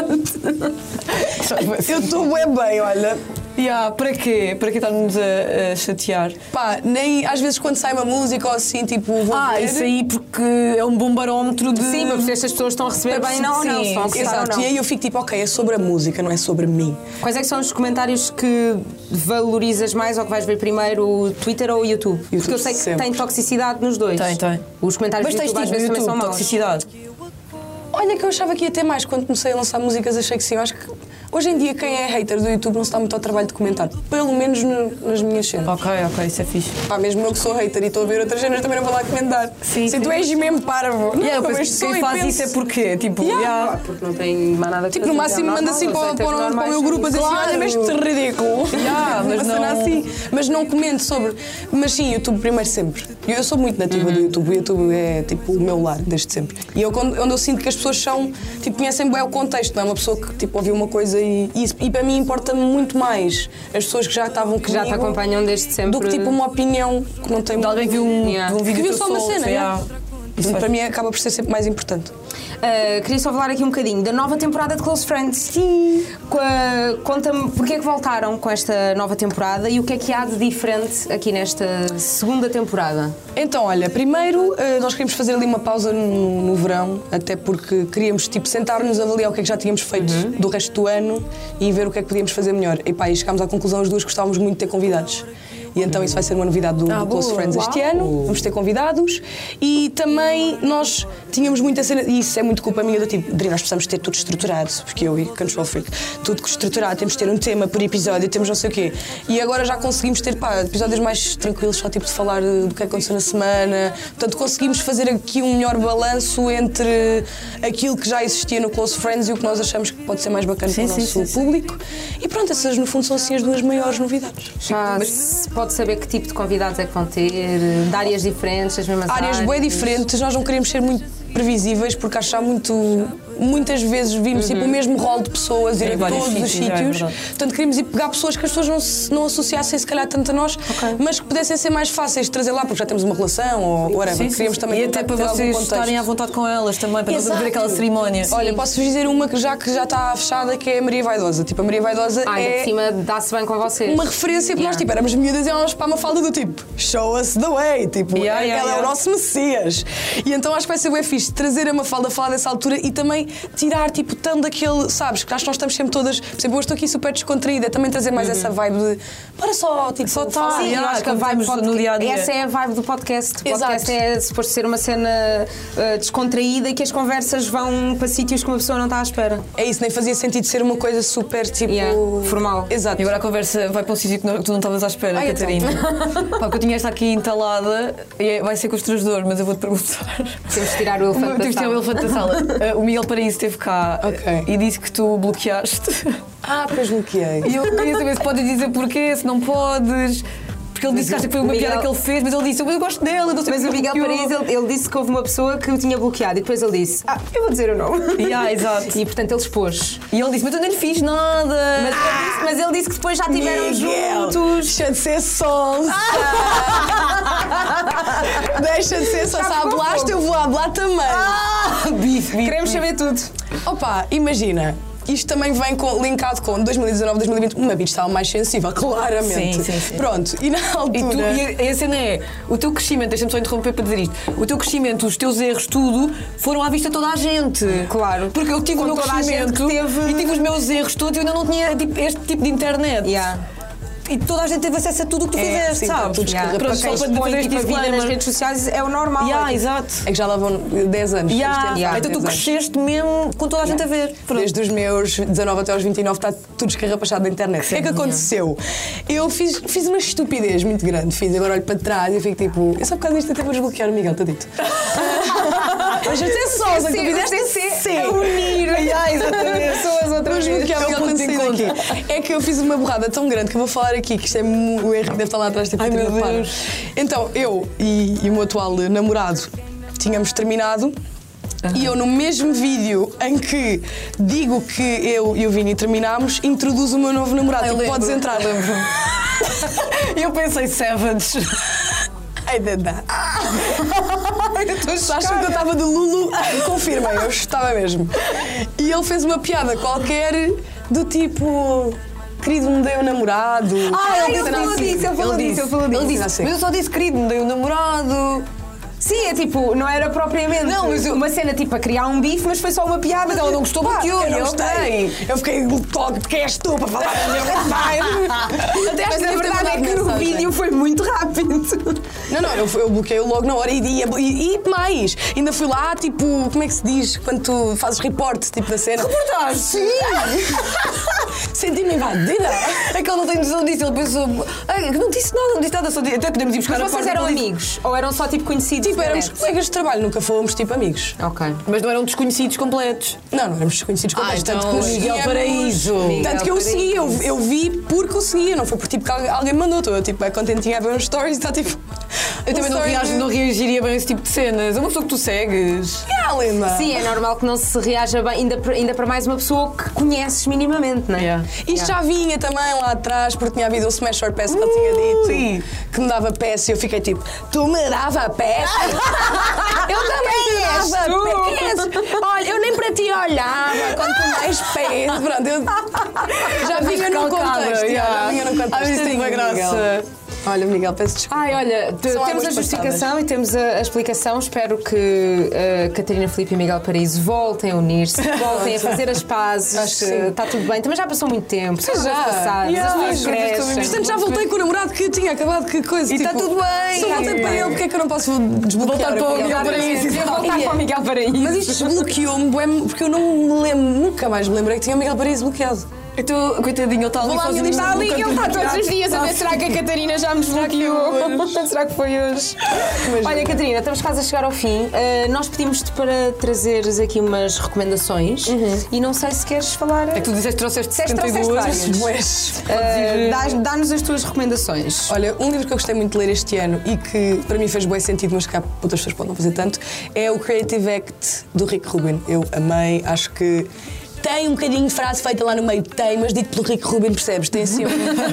Speaker 3: Eu estou bem bem, olha.
Speaker 1: Yeah, para quê? Para que estarmos a, a chatear?
Speaker 3: Pá, nem às vezes quando sai uma música ou assim, tipo, vou
Speaker 1: Ah,
Speaker 3: ver.
Speaker 1: isso aí porque é um bom barómetro de...
Speaker 2: Sim, para perceber se as pessoas estão a receber bem não ou não.
Speaker 1: Sim,
Speaker 2: Estão a gostar ou
Speaker 3: Exato,
Speaker 2: não.
Speaker 3: e aí eu fico tipo, ok, é sobre a música, não é sobre mim.
Speaker 2: Quais é que são os comentários que valorizas mais ou que vais ver primeiro, o Twitter ou o YouTube? Porque eu sei que
Speaker 3: sempre.
Speaker 2: tem toxicidade nos dois.
Speaker 1: Tem, tem.
Speaker 2: Os comentários
Speaker 1: Mas
Speaker 2: do
Speaker 1: tens
Speaker 2: YouTube às
Speaker 1: tipo no
Speaker 2: vezes também
Speaker 1: YouTube,
Speaker 2: são maus.
Speaker 1: toxicidade.
Speaker 3: Olha que eu achava que ia ter mais quando comecei a lançar músicas, achei que sim. Eu acho que hoje em dia quem é hater do YouTube não se dá muito ao trabalho de comentar, pelo menos no- nas minhas cenas.
Speaker 1: Ok, ok, isso é fixe.
Speaker 3: Pá, mesmo eu que sou hater e estou a ver outras cenas também não vou lá comentar.
Speaker 1: Sim,
Speaker 3: Se
Speaker 1: sim.
Speaker 3: tu és mesmo parvo. Não,
Speaker 1: Yeah, eu
Speaker 3: mas
Speaker 1: penso que
Speaker 3: sou
Speaker 1: quem
Speaker 3: e
Speaker 1: faz
Speaker 3: penso.
Speaker 1: isso é porque, tipo,
Speaker 3: Yeah.
Speaker 1: yeah.
Speaker 2: Porque não tem mais nada a
Speaker 3: Tipo, no
Speaker 2: fazer,
Speaker 3: máximo
Speaker 2: é
Speaker 3: manda
Speaker 2: normal,
Speaker 3: assim para,
Speaker 2: aceitas
Speaker 3: para, o- para o
Speaker 2: normais,
Speaker 3: meu grupo a dizer assim,
Speaker 1: Claro.
Speaker 3: olha, mas isto é ridículo.
Speaker 1: Yeah, mas
Speaker 3: Uma cena
Speaker 1: não-
Speaker 3: assim. Mas não comento sobre. Mas sim, YouTube primeiro sempre. E eu sou muito nativa do YouTube. O YouTube é tipo o meu lar desde sempre. E eu, quando, onde eu sinto que as pessoas são, tipo, conhecem bem o contexto, não é uma pessoa que tipo, ouviu uma coisa e, e, isso- e para mim importa-me muito mais as pessoas que já estavam
Speaker 2: Que já te
Speaker 3: comigo
Speaker 2: acompanham desde sempre.
Speaker 3: do que tipo uma opinião que não tem.
Speaker 1: De alguém viu um,
Speaker 2: Yeah.
Speaker 1: viu um vídeo
Speaker 3: Que viu
Speaker 1: teu
Speaker 3: só uma
Speaker 1: solto,
Speaker 3: cena,
Speaker 1: yeah.
Speaker 3: Isso para mim acaba por ser sempre mais importante.
Speaker 2: Uh, queria só falar aqui um bocadinho da nova temporada de Close Friends. Sim. Conta-me porque é que voltaram com esta nova temporada e o que é que há de diferente aqui nesta segunda temporada.
Speaker 3: Então, olha, primeiro eh, nós queríamos fazer ali uma pausa no, no verão, até porque queríamos tipo, sentar-nos, avaliar o que é que já tínhamos feito do resto do ano e ver o que é que podíamos fazer melhor. E pá, e chegámos à conclusão as duas que gostávamos muito de ter convidados. E então isso vai ser uma novidade do,
Speaker 1: Ah,
Speaker 3: do Close
Speaker 1: boa.
Speaker 3: Friends este
Speaker 1: Uau.
Speaker 3: ano. Vamos ter convidados e também nós tínhamos muita cena, e isso é muito culpa minha do tipo, Dri, nós precisamos ter tudo estruturado, porque eu e Control Freak, tudo estruturado, temos de ter um tema por episódio, temos não sei o quê. E agora já conseguimos ter pá, episódios mais tranquilos, só tipo de falar do que aconteceu na semana. Portanto, conseguimos fazer aqui um melhor balanço entre aquilo que já existia no Close Friends e o que nós achamos que pode ser mais bacana
Speaker 1: Sim,
Speaker 3: para o
Speaker 1: sim,
Speaker 3: nosso
Speaker 1: sim,
Speaker 3: público. E pronto, essas no fundo são assim as duas maiores novidades.
Speaker 2: Já se pode saber que tipo de convidados é que vão ter, de áreas diferentes, as mesmas áreas.
Speaker 3: Áreas bem diferentes, nós não queremos ser muito previsíveis porque acho que há muito muitas vezes vimos tipo, o mesmo rol de pessoas, ir
Speaker 1: Em
Speaker 3: a
Speaker 1: vários
Speaker 3: todos os
Speaker 1: sítios, é
Speaker 3: sítios.
Speaker 1: verdade.
Speaker 3: Portanto, queríamos ir pegar pessoas que as pessoas não, se- não associassem, se calhar, tanto a nós, mas que pudessem ser mais fáceis de trazer lá, porque já temos uma relação ou whatever.
Speaker 1: Sim, sim,
Speaker 3: Queríamos
Speaker 1: sim.
Speaker 3: também
Speaker 1: E
Speaker 3: tentar
Speaker 1: até para
Speaker 3: ter algum
Speaker 1: vocês
Speaker 3: contexto.
Speaker 1: estarem à vontade com elas também, para não
Speaker 3: Exato.
Speaker 1: ver aquela cerimónia.
Speaker 3: Olha, posso-vos dizer uma que já, que já está fechada, que é a Maria Vaidosa. Tipo, a Maria Vaidosa
Speaker 2: Ai,
Speaker 3: é
Speaker 2: de cima dá-se bem com vocês.
Speaker 3: uma referência, porque nós
Speaker 2: Yeah.
Speaker 3: tipo, éramos miúdas e íamos para uma falda do tipo show us the way, tipo,
Speaker 1: Yeah, yeah,
Speaker 3: ela é
Speaker 1: yeah.
Speaker 3: o nosso Messias. E então acho que vai ser bem fixe trazer a Mafalda a falar dessa altura e também tirar tipo tão daquele, sabes, que acho que nós estamos sempre todas, por exemplo, eu estou aqui super descontraída, também trazer mais essa vibe de para só, tipo,
Speaker 1: Só tá,
Speaker 3: falar.
Speaker 2: Sim, eu
Speaker 1: Yeah,
Speaker 2: acho que a
Speaker 1: como
Speaker 2: vibe
Speaker 1: estamos
Speaker 2: podca-
Speaker 1: no dia-a-dia.
Speaker 2: essa é a vibe do podcast. O podcast
Speaker 3: Exato.
Speaker 2: é suposto ser uma cena uh, descontraída e que as conversas vão para sítios que uma pessoa não está à espera.
Speaker 3: É isso, nem fazia sentido ser uma coisa super tipo
Speaker 2: Yeah, formal.
Speaker 3: Exato.
Speaker 1: E agora a conversa vai para um sítio que não- que tu não estavas à espera,
Speaker 3: Ai,
Speaker 1: Catarina. Pá, porque eu tinha esta aqui entalada e é- vai ser constrangedor, mas eu vou-te perguntar.
Speaker 2: Temos de tirar o elefante da
Speaker 1: Temos de tirar o
Speaker 2: sala.
Speaker 1: elefante da sala. Uh, o Miguel Paraíso esteve cá uh,
Speaker 3: Ok.
Speaker 1: e disse que tu bloqueaste.
Speaker 3: Ah, pois bloqueei.
Speaker 1: E eu queria saber se podes dizer porquê, se não podes. Porque ele disse que acha que foi uma
Speaker 2: Miguel-
Speaker 1: piada que ele fez, mas ele disse: eu gosto dela, não sei
Speaker 2: Mas o
Speaker 1: porque
Speaker 2: Miguel
Speaker 1: bloqueou.
Speaker 2: Paraíso, ele, ele disse que houve uma pessoa que o tinha bloqueado e depois ele disse, ah, eu vou dizer o nome.
Speaker 1: Yeah, exato.
Speaker 2: E portanto ele expôs.
Speaker 1: E ele disse: mas eu nem lhe fiz nada.
Speaker 2: Mas, ele disse, mas ele disse que depois já estiveram juntos.
Speaker 3: Deixa de ser sonsa. Deixa de ser sonsa.
Speaker 2: Já ficou
Speaker 3: Hablaste,
Speaker 2: fogo.
Speaker 3: eu vou hablar também.
Speaker 1: Ah, bife, bife.
Speaker 2: Queremos saber tudo.
Speaker 3: Opa, imagina. Isto também vem com, linkado com dois mil e dezanove, dois mil e vinte. Uma bitch estava mais sensível, claramente.
Speaker 1: Sim, sim, sim.
Speaker 3: Pronto, e na
Speaker 1: E, tu,
Speaker 3: altura.
Speaker 1: e a, a cena é, o teu crescimento, deixa-me só interromper para dizer isto, o teu crescimento, os teus erros, tudo, foram à vista de toda a gente.
Speaker 2: Claro.
Speaker 1: Porque eu tive
Speaker 2: Com
Speaker 1: o meu
Speaker 2: toda a gente
Speaker 1: crescimento
Speaker 2: que teve-
Speaker 1: e tive os meus erros todos e eu ainda não tinha tipo, este tipo de internet.
Speaker 2: Yeah.
Speaker 1: E toda a gente teve acesso a tudo o que tu
Speaker 3: É,
Speaker 1: fizeste,
Speaker 3: sim,
Speaker 1: sabes?
Speaker 3: tudo
Speaker 2: Yeah.
Speaker 1: Pronto,
Speaker 2: Para
Speaker 1: só
Speaker 2: quem
Speaker 1: para fazer
Speaker 2: expõe
Speaker 1: este
Speaker 2: tipo, a vida nas
Speaker 1: disclaimer.
Speaker 2: redes sociais é o normal.
Speaker 1: Yeah,
Speaker 2: é tipo,
Speaker 1: exato.
Speaker 3: É que já lá vão dez anos.
Speaker 1: Yeah.
Speaker 3: Este ano
Speaker 2: Yeah.
Speaker 3: faz
Speaker 1: Então tu
Speaker 3: dez anos.
Speaker 1: cresceste mesmo com toda a gente a ver. Pronto.
Speaker 3: Desde os meus dezanove até aos vinte e nove está tudo escarrapachado na internet. O que é que aconteceu? Eu fiz, fiz uma estupidez muito grande. Fiz, agora olho para trás e fico tipo. Eu só por causa disto até vou desbloquear o Miguel, está dito. Mas eu sei só, se tu fizeste sim.
Speaker 2: a unir
Speaker 1: Yeah, exatamente.
Speaker 2: pessoas outra
Speaker 3: Vamos
Speaker 2: vez.
Speaker 3: bloquear o
Speaker 1: É o
Speaker 3: Miguel
Speaker 1: ponto
Speaker 3: quando
Speaker 1: de
Speaker 3: sair
Speaker 1: encontro.
Speaker 3: daqui. É que eu fiz uma borrada tão grande que eu vou falar aqui, que isto é mu- o erro que deve estar lá atrás. Tipo,
Speaker 1: Ai, meu
Speaker 3: Catarina, para.
Speaker 1: Deus.
Speaker 3: Então, eu e, e o meu atual namorado tínhamos terminado. E eu, no mesmo vídeo em que digo que eu e o Vini terminámos, introduzo o meu novo namorado.
Speaker 1: Eu
Speaker 3: Tipo,
Speaker 1: lembro,
Speaker 3: podes entrar.
Speaker 1: lembro. Eu pensei Savage.
Speaker 3: Ai, Dada. Tu acham que eu estava de Lulu? Confirmem, eu estava mesmo. E ele fez uma piada qualquer do tipo. Querido, me dei um namorado.
Speaker 2: Ah, ele
Speaker 3: Cena
Speaker 2: falou
Speaker 3: assim.
Speaker 2: disso, ele falou disso, ele falou disso.
Speaker 1: Ele disse,
Speaker 3: Assim.
Speaker 1: mas eu só disse querido, me dei um namorado.
Speaker 2: Sim, é tipo, não era propriamente
Speaker 1: Não, mas eu-
Speaker 2: uma cena tipo a criar um bife, mas foi só uma piada.
Speaker 1: Mas ela não gostou,
Speaker 3: Pá,
Speaker 1: bloqueou.
Speaker 3: eu não
Speaker 1: e
Speaker 3: gostei. Eu fiquei toque, quem és tu para falar da minha vontade? Até acho
Speaker 2: Mas
Speaker 3: que
Speaker 2: a
Speaker 3: deve ter
Speaker 2: verdade é
Speaker 3: mandado
Speaker 2: que o
Speaker 3: mensagem.
Speaker 2: vídeo foi muito rápido.
Speaker 3: Não, não, eu, eu bloqueei logo na hora e, e, e, e mais. Ainda fui lá, tipo, como é que se diz quando tu fazes report tipo, da cena?
Speaker 1: Reportagem?
Speaker 3: Sim! Senti-me invadida.
Speaker 1: É que ele não tem noção disso, ele pensou. Ai, não disse nada, não disse nada, só disse, até podemos ir buscar
Speaker 2: Mas
Speaker 1: a
Speaker 2: vocês
Speaker 1: parte
Speaker 2: eram
Speaker 1: que ele disse.
Speaker 2: amigos? Ou eram só tipo conhecidos?
Speaker 3: Tipo,
Speaker 2: na
Speaker 3: éramos
Speaker 2: net?
Speaker 3: colegas de trabalho, nunca fomos tipo amigos.
Speaker 2: Ok.
Speaker 1: Mas não eram desconhecidos completos.
Speaker 3: Não, não éramos desconhecidos com
Speaker 1: Ah,
Speaker 3: tanto
Speaker 1: então,
Speaker 3: que nos
Speaker 1: Miguel
Speaker 3: seguíamos.
Speaker 1: Paraíso.
Speaker 3: Tanto que eu
Speaker 2: Miguel
Speaker 3: segui, eu,
Speaker 2: Paraíso.
Speaker 3: eu vi porque eu seguia, não foi por tipo que alguém, alguém mandou. Estou tipo, é contentinha a ver uns stories e está tipo.
Speaker 1: Eu também não, reajo, não reagiria bem a esse tipo de cenas. É uma pessoa que tu segues.
Speaker 3: É, linda.
Speaker 2: Sim, é normal que não se reaja bem, ainda, para- ainda para mais uma pessoa que conheces minimamente, não é?
Speaker 1: Yeah.
Speaker 3: Isto já vinha também lá atrás, porque tinha havido o Smash or Pass que ele tinha dito
Speaker 1: Ui.
Speaker 3: que me dava pass e eu fiquei tipo, tu me dava pass? Eu também te
Speaker 2: és
Speaker 3: dava
Speaker 2: tu?
Speaker 3: pass. Olha, eu nem para ti olhava, quanto mais pass. Pronto, eu já vinha no
Speaker 1: Recalcada,
Speaker 3: contexto.
Speaker 1: yeah.
Speaker 3: Já vinha no contexto.
Speaker 1: Ah, isso tem uma
Speaker 3: Miguel.
Speaker 1: graça.
Speaker 3: Olha, Miguel, peço desculpa.
Speaker 2: Ai, olha, te-
Speaker 3: São
Speaker 2: temos a
Speaker 3: águas
Speaker 2: justificação
Speaker 3: passadas.
Speaker 2: e temos a, a explicação. Espero que uh, Catarina Filipe e Miguel Paraíso voltem a unir-se, voltem a fazer as pazes.
Speaker 3: Acho que sim.
Speaker 2: Está tudo bem. Também já passou muito tempo, são
Speaker 3: Já.
Speaker 2: anos passados,
Speaker 3: Yeah,
Speaker 2: as
Speaker 3: as
Speaker 2: coisas
Speaker 3: coisas estão
Speaker 2: crescem.
Speaker 3: Portanto, já voltei com o namorado que tinha acabado, que coisa.
Speaker 1: E tá
Speaker 3: tipo,
Speaker 1: tudo bem.
Speaker 3: Se eu voltei para ele, porque é que eu não posso desbloquear
Speaker 1: Voltar para o
Speaker 3: Miguel
Speaker 1: Miguel Paraíso.
Speaker 2: Devia voltar para o Miguel Paraíso.
Speaker 3: Mas isto desbloqueou-me, bué, porque eu não me lembro, nunca mais me lembrei que tinha o Miguel Paraíso bloqueado.
Speaker 1: Então, coitadinho, ele está ali
Speaker 3: Vou lá,
Speaker 1: sozinho.
Speaker 3: ele
Speaker 2: Está ali,
Speaker 1: no
Speaker 2: ele
Speaker 1: canto
Speaker 2: está
Speaker 1: do
Speaker 2: todos os
Speaker 1: teatro.
Speaker 2: dias a ver será que a Catarina já me desbloqueou. Será que foi hoje? Olha, Catarina, estamos quase a chegar ao fim. Uh, nós pedimos-te para trazeres aqui umas recomendações e não sei se queres falar.
Speaker 1: É que tu disseste que trouxeste
Speaker 2: Disseste que
Speaker 1: setenta e duas.
Speaker 2: trouxeste
Speaker 3: Bués.
Speaker 2: Uh, dá- Dá-nos as tuas recomendações.
Speaker 3: Olha, um livro que eu gostei muito de ler este ano e que para mim fez bem sentido, mas que cá outras pessoas podem não fazer tanto, é o Creative Act do Rick Rubin. Eu amei, acho que tem um bocadinho de frase feita lá no meio, tem, mas dito pelo Rick Rubin, percebes? Tem assim um...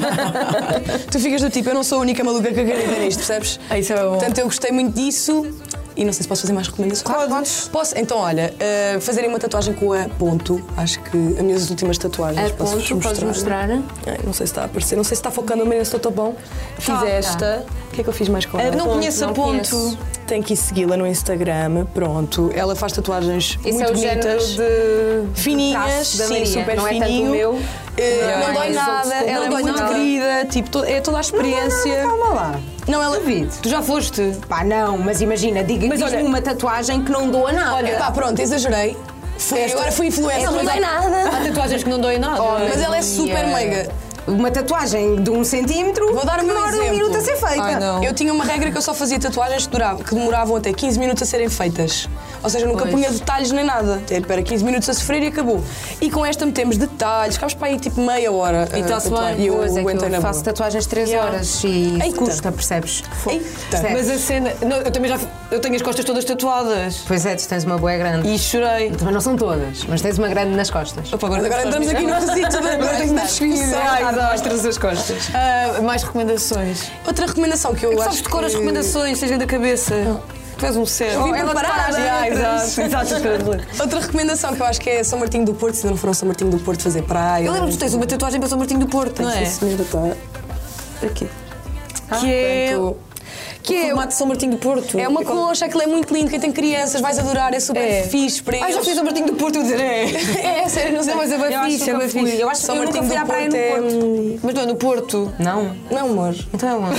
Speaker 3: Tu ficas do tipo, eu não sou a única maluca que acredita nisto, percebes?
Speaker 1: Ah, isso é bom.
Speaker 3: Portanto, eu gostei muito disso. E não sei se posso fazer mais recomendações.
Speaker 2: Claro, podes.
Speaker 3: Posso? Então, olha, uh, fazerem uma tatuagem com a ponto. Acho que as minhas últimas tatuagens.
Speaker 2: A
Speaker 3: posso-vos
Speaker 2: ponto, podes mostrar?
Speaker 3: Ai, não sei se está a aparecer, não sei se está focando, mas estou tão bom. Fiz
Speaker 2: Tá,
Speaker 3: esta. O que é que eu fiz mais com ela?
Speaker 1: Não
Speaker 2: Ponto,
Speaker 1: conheço a
Speaker 2: não
Speaker 1: ponto.
Speaker 2: conheço.
Speaker 3: Tem que ir segui-la no Instagram. Pronto. Ela faz tatuagens
Speaker 2: Esse
Speaker 3: muito
Speaker 2: é o género
Speaker 3: bonitas.
Speaker 2: de
Speaker 3: Fininhas,
Speaker 2: traço da
Speaker 3: sim,
Speaker 2: Maria,
Speaker 3: super
Speaker 2: não é tanto
Speaker 3: fininho.
Speaker 2: o meu.
Speaker 3: Eh,
Speaker 2: Não,
Speaker 3: não
Speaker 2: é
Speaker 3: dói
Speaker 2: mais
Speaker 3: nada,
Speaker 2: old school.
Speaker 3: ela
Speaker 2: Não
Speaker 3: é
Speaker 2: dói
Speaker 3: muito
Speaker 2: nada.
Speaker 3: querida, tipo, to- é toda a experiência.
Speaker 2: Calma lá.
Speaker 3: Não, ela.
Speaker 2: David.
Speaker 1: Tu já foste?
Speaker 2: Pá, não, mas imagina, diga,
Speaker 3: Mas
Speaker 2: diz-me
Speaker 3: olha-
Speaker 2: uma tatuagem que não doa nada.
Speaker 3: Olha, pá, pronto, exagerei. Fui- agora fui influencer,
Speaker 2: Não,
Speaker 3: mas
Speaker 2: mas
Speaker 3: dói nada.
Speaker 1: Há tatuagens que não doem nada.
Speaker 3: Mas ela é super
Speaker 2: Maria.
Speaker 3: meiga.
Speaker 2: Uma tatuagem de um centímetro
Speaker 3: Vou dar o meu
Speaker 2: demora um
Speaker 3: exemplo.
Speaker 2: minuto a ser feita.
Speaker 1: Ai, não.
Speaker 3: Eu tinha uma regra que eu só fazia tatuagens que, durava, que demoravam até quinze minutos a serem feitas. Ou seja, nunca
Speaker 1: Pois.
Speaker 3: punha detalhes nem nada. Tipo, era quinze minutos a sofrer e acabou. E com esta metemos detalhes, ficámos para aí tipo meia hora.
Speaker 1: E
Speaker 3: a
Speaker 1: tá-se
Speaker 3: tatuar.
Speaker 1: bem.
Speaker 3: E eu
Speaker 2: Pois é que
Speaker 3: aguentei na
Speaker 2: eu faço
Speaker 3: boa.
Speaker 2: tatuagens de três
Speaker 1: Yeah.
Speaker 2: horas e
Speaker 3: Eita.
Speaker 2: custa, percebes?
Speaker 3: Eita.
Speaker 2: Percebes?
Speaker 1: Mas a cena. Não, eu também já. Eu tenho as costas todas tatuadas.
Speaker 2: Pois é, tu tens uma boa grande.
Speaker 1: E chorei.
Speaker 2: Também não são todas, mas tens uma grande nas costas.
Speaker 1: Opa, agora
Speaker 3: Agora entramos aqui no quesito da
Speaker 1: Agora tenho de
Speaker 3: discussão.
Speaker 2: mostras as costas.
Speaker 1: Ah, mais recomendações.
Speaker 3: Outra recomendação que eu
Speaker 1: É que
Speaker 3: acho
Speaker 1: sabes de cor as
Speaker 3: que-
Speaker 1: recomendações, seja da cabeça. Tu és um ser.
Speaker 3: Eu vim
Speaker 1: ela
Speaker 3: preparada.
Speaker 1: Ah, exato, exato.
Speaker 3: Outra recomendação que eu acho que é São Martinho do Porto, se ainda não foram a São Martinho do Porto fazer praia.
Speaker 1: Eu lembro que tu tens uma tatuagem para São Martinho do Porto, não é?
Speaker 3: Sim, senhora, está aqui.
Speaker 1: Que é.
Speaker 3: Portanto,
Speaker 1: Que é o formato de São Martinho do Porto.
Speaker 3: é uma concha, aquilo é muito lindo, quem tem crianças vais adorar, é super
Speaker 1: É.
Speaker 3: fixe para
Speaker 1: Ah, já
Speaker 3: eles.
Speaker 1: fiz São Martinho do Porto, eu dizer é.
Speaker 3: É, sério, não sei.
Speaker 1: Não, mas é bem
Speaker 2: Eu acho
Speaker 1: fixe,
Speaker 2: que
Speaker 1: é bem
Speaker 2: nunca fui.
Speaker 1: fixe.
Speaker 2: Eu acho que
Speaker 3: São
Speaker 2: eu nunca
Speaker 3: Martinho
Speaker 2: fui
Speaker 3: do
Speaker 2: à praia
Speaker 3: Porto
Speaker 2: no
Speaker 3: é...
Speaker 2: Porto.
Speaker 1: Mas não é no Porto.
Speaker 2: Não.
Speaker 3: Não, amor.
Speaker 1: Então, mano.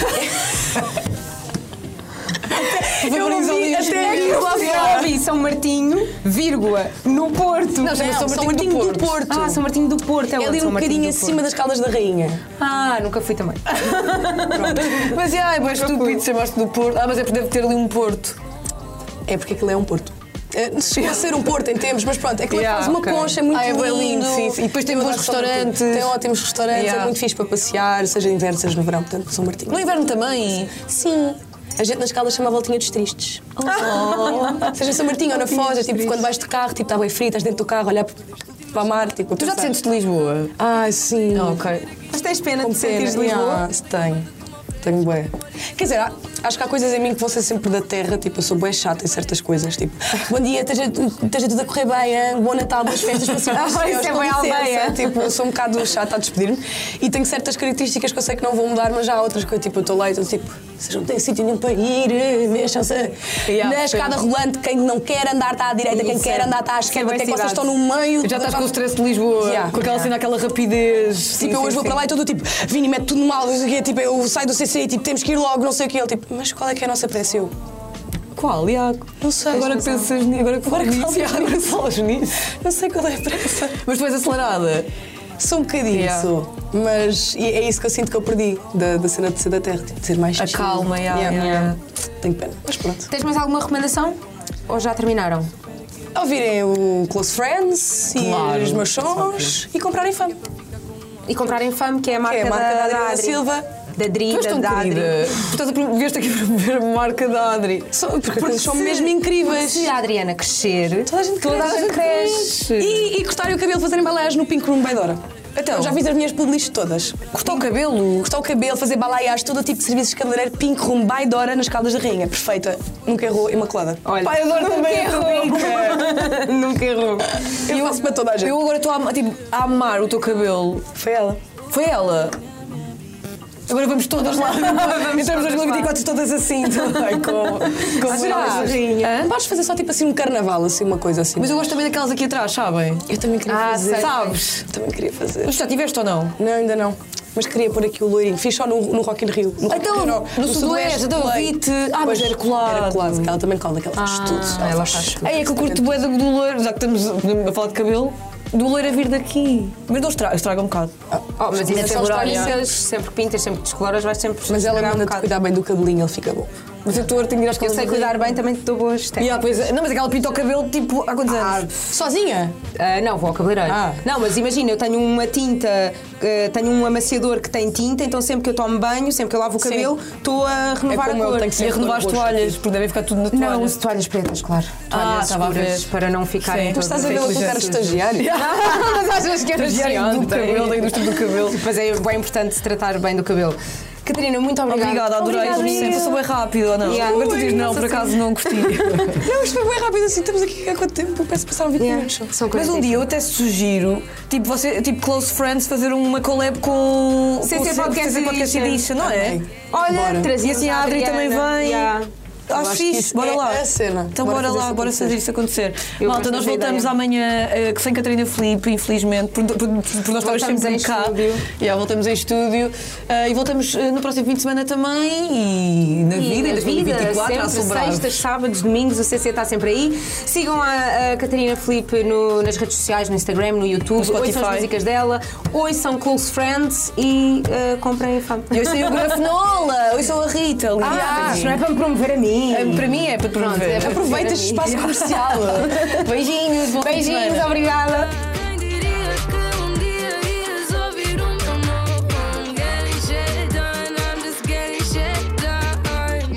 Speaker 3: Eu ouvi até
Speaker 2: Eu
Speaker 3: lá
Speaker 2: ouvi- eu
Speaker 3: fora.
Speaker 2: ouvi São Martinho, vírgula, no Porto.
Speaker 1: Não, chama-se
Speaker 3: Não, São Martinho do Porto.
Speaker 2: Ah, São Martinho do Porto. É
Speaker 3: É
Speaker 2: onde,
Speaker 3: ali
Speaker 2: São
Speaker 3: um
Speaker 2: Martinho
Speaker 3: bocadinho
Speaker 2: do
Speaker 3: acima
Speaker 2: Porto?
Speaker 3: das Caldas da Rainha.
Speaker 2: Ah, nunca fui também.
Speaker 1: Mas é, é estúpido chamaste do Porto. Ah, mas é porque deve ter ali um Porto.
Speaker 3: É porque aquilo é um porto. É, não chega a ser um porto em termos, mas pronto, aquilo
Speaker 1: Yeah,
Speaker 3: faz uma
Speaker 1: ok.
Speaker 3: concha, é muito
Speaker 1: Ah, é bem
Speaker 3: lindo.
Speaker 1: lindo, sim, sim. E depois tem
Speaker 3: Eu
Speaker 1: bons
Speaker 3: adoro São Martinho.
Speaker 1: restaurantes.
Speaker 3: Tem ótimos restaurantes,
Speaker 1: Yeah.
Speaker 3: é muito fixe para passear, seja em inverno, seja no verão, portanto, São Martinho.
Speaker 1: No inverno também.
Speaker 3: Sim. A gente nas Caldas chama a voltinha dos tristes. Seja São Martinho ou na Foz, é tipo quando vais de carro, tipo, está bem frio, estás dentro do carro, olhar para o mar, tipo, a
Speaker 1: Tu já te
Speaker 3: pensar.
Speaker 1: sentes de Lisboa?
Speaker 3: Ah, sim.
Speaker 1: Ah, ok.
Speaker 2: Mas tens pena
Speaker 3: Com
Speaker 2: de sentires de
Speaker 3: pena.
Speaker 2: Lisboa?
Speaker 3: Yeah, tenho. Tenho bué. Quer dizer, há- acho que há coisas em mim que vão ser sempre da terra, tipo, eu sou bué chata em certas coisas, tipo, bom dia, esteja, esteja tudo a correr bem, hein? Bom Natal, boas festas para cima.
Speaker 2: Ah, isso é bué aldeia.
Speaker 3: Tipo, eu sou um bocado chata a despedir-me e tenho certas características que eu sei que não vão mudar, mas já há outras que eu, tipo, eu estou lá e estou tipo, vocês não têm sítio nenhum para ir, mexam-se.
Speaker 1: Yeah,
Speaker 3: Na escada rolante, quem não quer andar está à direita, quem
Speaker 2: Isso
Speaker 3: quer
Speaker 2: é-
Speaker 3: andar está à esquerda,
Speaker 2: isso é
Speaker 3: até que vocês
Speaker 2: cidade.
Speaker 3: estão no meio.
Speaker 1: Já estás com o stress de Lisboa.
Speaker 3: Yeah.
Speaker 1: Com aquela cena, aquela rapidez.
Speaker 3: Tipo, eu hoje vou para lá e tudo tipo, vim e mete tudo mal, não sei o quê, tipo, eu saio do C C e tipo, temos que ir logo, não sei o quê. Ele tipo, mas qual é que é a nossa pressa? Eu,
Speaker 1: Qual, Iago?
Speaker 3: não sei.
Speaker 1: Agora
Speaker 3: não
Speaker 1: que
Speaker 3: sei.
Speaker 1: pensas nisso, agora que
Speaker 3: Agora que
Speaker 1: falas
Speaker 3: falas
Speaker 1: nisso, agora que falas nisso.
Speaker 3: Não sei qual é a pressa.
Speaker 1: Mas tu és acelerada.
Speaker 3: Sou um bocadinho,
Speaker 1: Yeah.
Speaker 3: sou. Mas e é isso que eu sinto que eu perdi da, da cena de ser da terra, tipo, de ser mais
Speaker 1: A
Speaker 3: chill.
Speaker 1: calma, yeah, yeah.
Speaker 3: Tenho pena, mas pronto.
Speaker 2: Tens mais alguma recomendação? Ou já terminaram?
Speaker 3: Ouvirem o Close Friends
Speaker 1: Claro.
Speaker 3: e os meus sons e comprarem fama.
Speaker 2: E comprarem Fame, que é a marca,
Speaker 3: Que é a marca da Adriana
Speaker 2: Adri.
Speaker 3: Silva.
Speaker 2: Da Dri,
Speaker 1: Tu és
Speaker 2: da,
Speaker 1: tão
Speaker 2: da Adri.
Speaker 1: querida. Tu estás a promover, vieste aqui a promover a marca da Adri.
Speaker 3: São, porque, porque são
Speaker 2: se-
Speaker 3: mesmo incríveis.
Speaker 2: Se a Adriana crescer,
Speaker 3: Toda a gente
Speaker 2: toda a
Speaker 3: cresce.
Speaker 2: gente cresce.
Speaker 3: E, e cortarem o cabelo, fazerem balaias no Pink Room Baidora.
Speaker 1: Então?
Speaker 3: Eu já fiz as minhas publics todas.
Speaker 1: Cortar o cabelo.
Speaker 3: Cortar o cabelo, fazer balaias, todo o tipo de serviços de cabeleireiro, Pink Room Baidora nas Caldas da Rainha. Perfeita. Nunca errou, imaculada.
Speaker 2: Olha,
Speaker 1: Pai, adoro
Speaker 2: nunca
Speaker 1: também
Speaker 2: errou.
Speaker 1: essa
Speaker 2: Nunca errou.
Speaker 3: Eu faço para toda a gente.
Speaker 1: Eu agora estou a, tipo, a amar o teu cabelo.
Speaker 3: Foi ela.
Speaker 1: Foi ela. Agora vamos todas lá. Entramos em dois mil e vinte e quatro todas assim. Ai, como? Como
Speaker 3: Será?
Speaker 1: rainha.
Speaker 3: Não podes fazer só tipo assim um carnaval, assim, uma coisa assim.
Speaker 1: Mas eu gosto também daquelas aqui atrás, sabem?
Speaker 3: eu também queria
Speaker 2: Ah,
Speaker 3: fazer.
Speaker 2: sei.
Speaker 1: Sabes?
Speaker 3: Também queria fazer.
Speaker 1: Mas já tiveste ou não?
Speaker 3: Não, ainda não. Mas queria pôr aqui o loirinho. Fiz só no, no Rock in Rio. No Rock in
Speaker 1: Então,
Speaker 3: Rio, não.
Speaker 1: no Sudoeste, então eu
Speaker 3: colei.
Speaker 1: vi-te. Ah, mas
Speaker 3: Pois,
Speaker 1: era colado.
Speaker 3: Era colado, que ela também cola, que ela faz
Speaker 2: Ah,
Speaker 3: tudo.
Speaker 2: ela faz tudo.
Speaker 1: Ei, é que eu curto bué do loiro, já que estamos a falar de cabelo. do loiro a vir daqui. Mas não estraga, estraga um bocado.
Speaker 2: Oh, mas isso é
Speaker 3: só
Speaker 2: sempre
Speaker 3: estraga.
Speaker 2: pintas, sempre que pintas, sempre que descoloras, vais sempre
Speaker 3: Mas ela
Speaker 2: estragar um
Speaker 3: manda-te
Speaker 2: bocado.
Speaker 3: cuidar bem do cabelinho, ele fica bom.
Speaker 1: Mas eu tenho que ir às
Speaker 2: Eu sei cuidar bem, também te dou boas técnicas.
Speaker 1: Yeah, pois, é. Não, mas aquela pinta o cabelo tipo há quantos
Speaker 2: Ah,
Speaker 1: anos?
Speaker 3: Sozinha?
Speaker 2: Ah, não, vou ao cabeleireiro.
Speaker 3: Ah.
Speaker 2: Não, mas imagina, eu tenho uma tinta, ah, tenho um amaciador que tem tinta, então sempre que eu tomo banho, sempre que eu lavo o
Speaker 3: Sim.
Speaker 2: cabelo, estou a renovar
Speaker 3: É como
Speaker 2: a
Speaker 3: eu,
Speaker 2: cor.
Speaker 3: tenho que
Speaker 1: E
Speaker 3: ser
Speaker 1: a renovar as
Speaker 3: roxo.
Speaker 1: toalhas, porque devem ficar tudo na toalha.
Speaker 2: Não, uso toalhas pretas, claro.
Speaker 1: Ah,
Speaker 2: Toalhas
Speaker 1: estava a ver.
Speaker 2: escuras, para não ficarem
Speaker 1: Sim.
Speaker 2: todas
Speaker 3: Estás a ver ela com cara de estagiário?
Speaker 2: Mas achas que era
Speaker 1: Estagiário do cabelo, da indústria do cabelo.
Speaker 2: Mas é bem importante se tratar bem do cabelo. Catarina, muito obrigada.
Speaker 1: Obrigada, adorei.
Speaker 2: Obrigada.
Speaker 1: Sempre sou bem rápido, ou não?
Speaker 2: Yeah.
Speaker 1: Agora tu dizes, não,
Speaker 2: Ui,
Speaker 1: por acaso não gostei.
Speaker 3: Não, isto foi bem rápido assim, estamos aqui há quanto tempo? Parece que passaram vinte
Speaker 2: Yeah.
Speaker 3: minutos.
Speaker 2: São
Speaker 1: Mas
Speaker 2: quarenta e
Speaker 1: um dia
Speaker 2: cinco.
Speaker 1: eu até sugiro, tipo, você, tipo Close Friends, fazer uma collab com
Speaker 2: C C
Speaker 1: com o
Speaker 2: Podcast
Speaker 1: C C Podcast
Speaker 2: Edition.
Speaker 1: Edition, não é?
Speaker 2: Olha,
Speaker 3: Bora.
Speaker 2: trazia
Speaker 1: E assim a Adri também vem.
Speaker 2: Yeah.
Speaker 3: Eu
Speaker 1: Acho
Speaker 3: acho que
Speaker 1: fixe,
Speaker 3: isso
Speaker 1: bora
Speaker 3: é
Speaker 1: lá.
Speaker 3: a cena.
Speaker 1: Então
Speaker 3: Bora
Speaker 1: bora,
Speaker 3: fazer
Speaker 1: lá,
Speaker 3: isso
Speaker 1: bora
Speaker 3: acontecer.
Speaker 1: fazer isso acontecer.
Speaker 2: Eu
Speaker 1: Malta,
Speaker 2: gosto
Speaker 1: nós
Speaker 2: dessa
Speaker 1: voltamos
Speaker 2: ideia.
Speaker 1: amanhã uh, sem Catarina Filipe, infelizmente, por, por, por nós estarmos
Speaker 2: Voltamos
Speaker 1: sempre
Speaker 2: em
Speaker 1: cá.
Speaker 2: estúdio.
Speaker 1: Yeah, voltamos em estúdio. Uh, e voltamos uh, no próximo fim de semana também e na vida, em dois mil e vinte e quatro, a
Speaker 2: sempre
Speaker 1: celebrar.
Speaker 2: sextas, sábados, domingos, o C C está sempre aí. Sigam a, a Catarina Filipe no- nas redes sociais, no Instagram, no YouTube,
Speaker 1: No Spotify.
Speaker 2: ouçam as músicas dela, ouçam Close Friends e uh, comprem fama.
Speaker 1: E hoje saiu o Grafenola, hoje sou a Rita. ali.
Speaker 2: Ah, isto não é para me promover a mim.
Speaker 1: Uh, Para mim é para te
Speaker 2: Pronto,
Speaker 1: promover.
Speaker 2: é para
Speaker 3: Aproveita este espaço comercial.
Speaker 1: Beijinhos, bom fim de
Speaker 2: Beijinhos,
Speaker 1: semana.
Speaker 2: obrigada.
Speaker 4: Quem diria que um dia ias ouvir o meu nome? Getting shit done, I'm just getting shit done.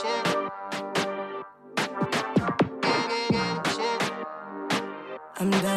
Speaker 4: I'm done.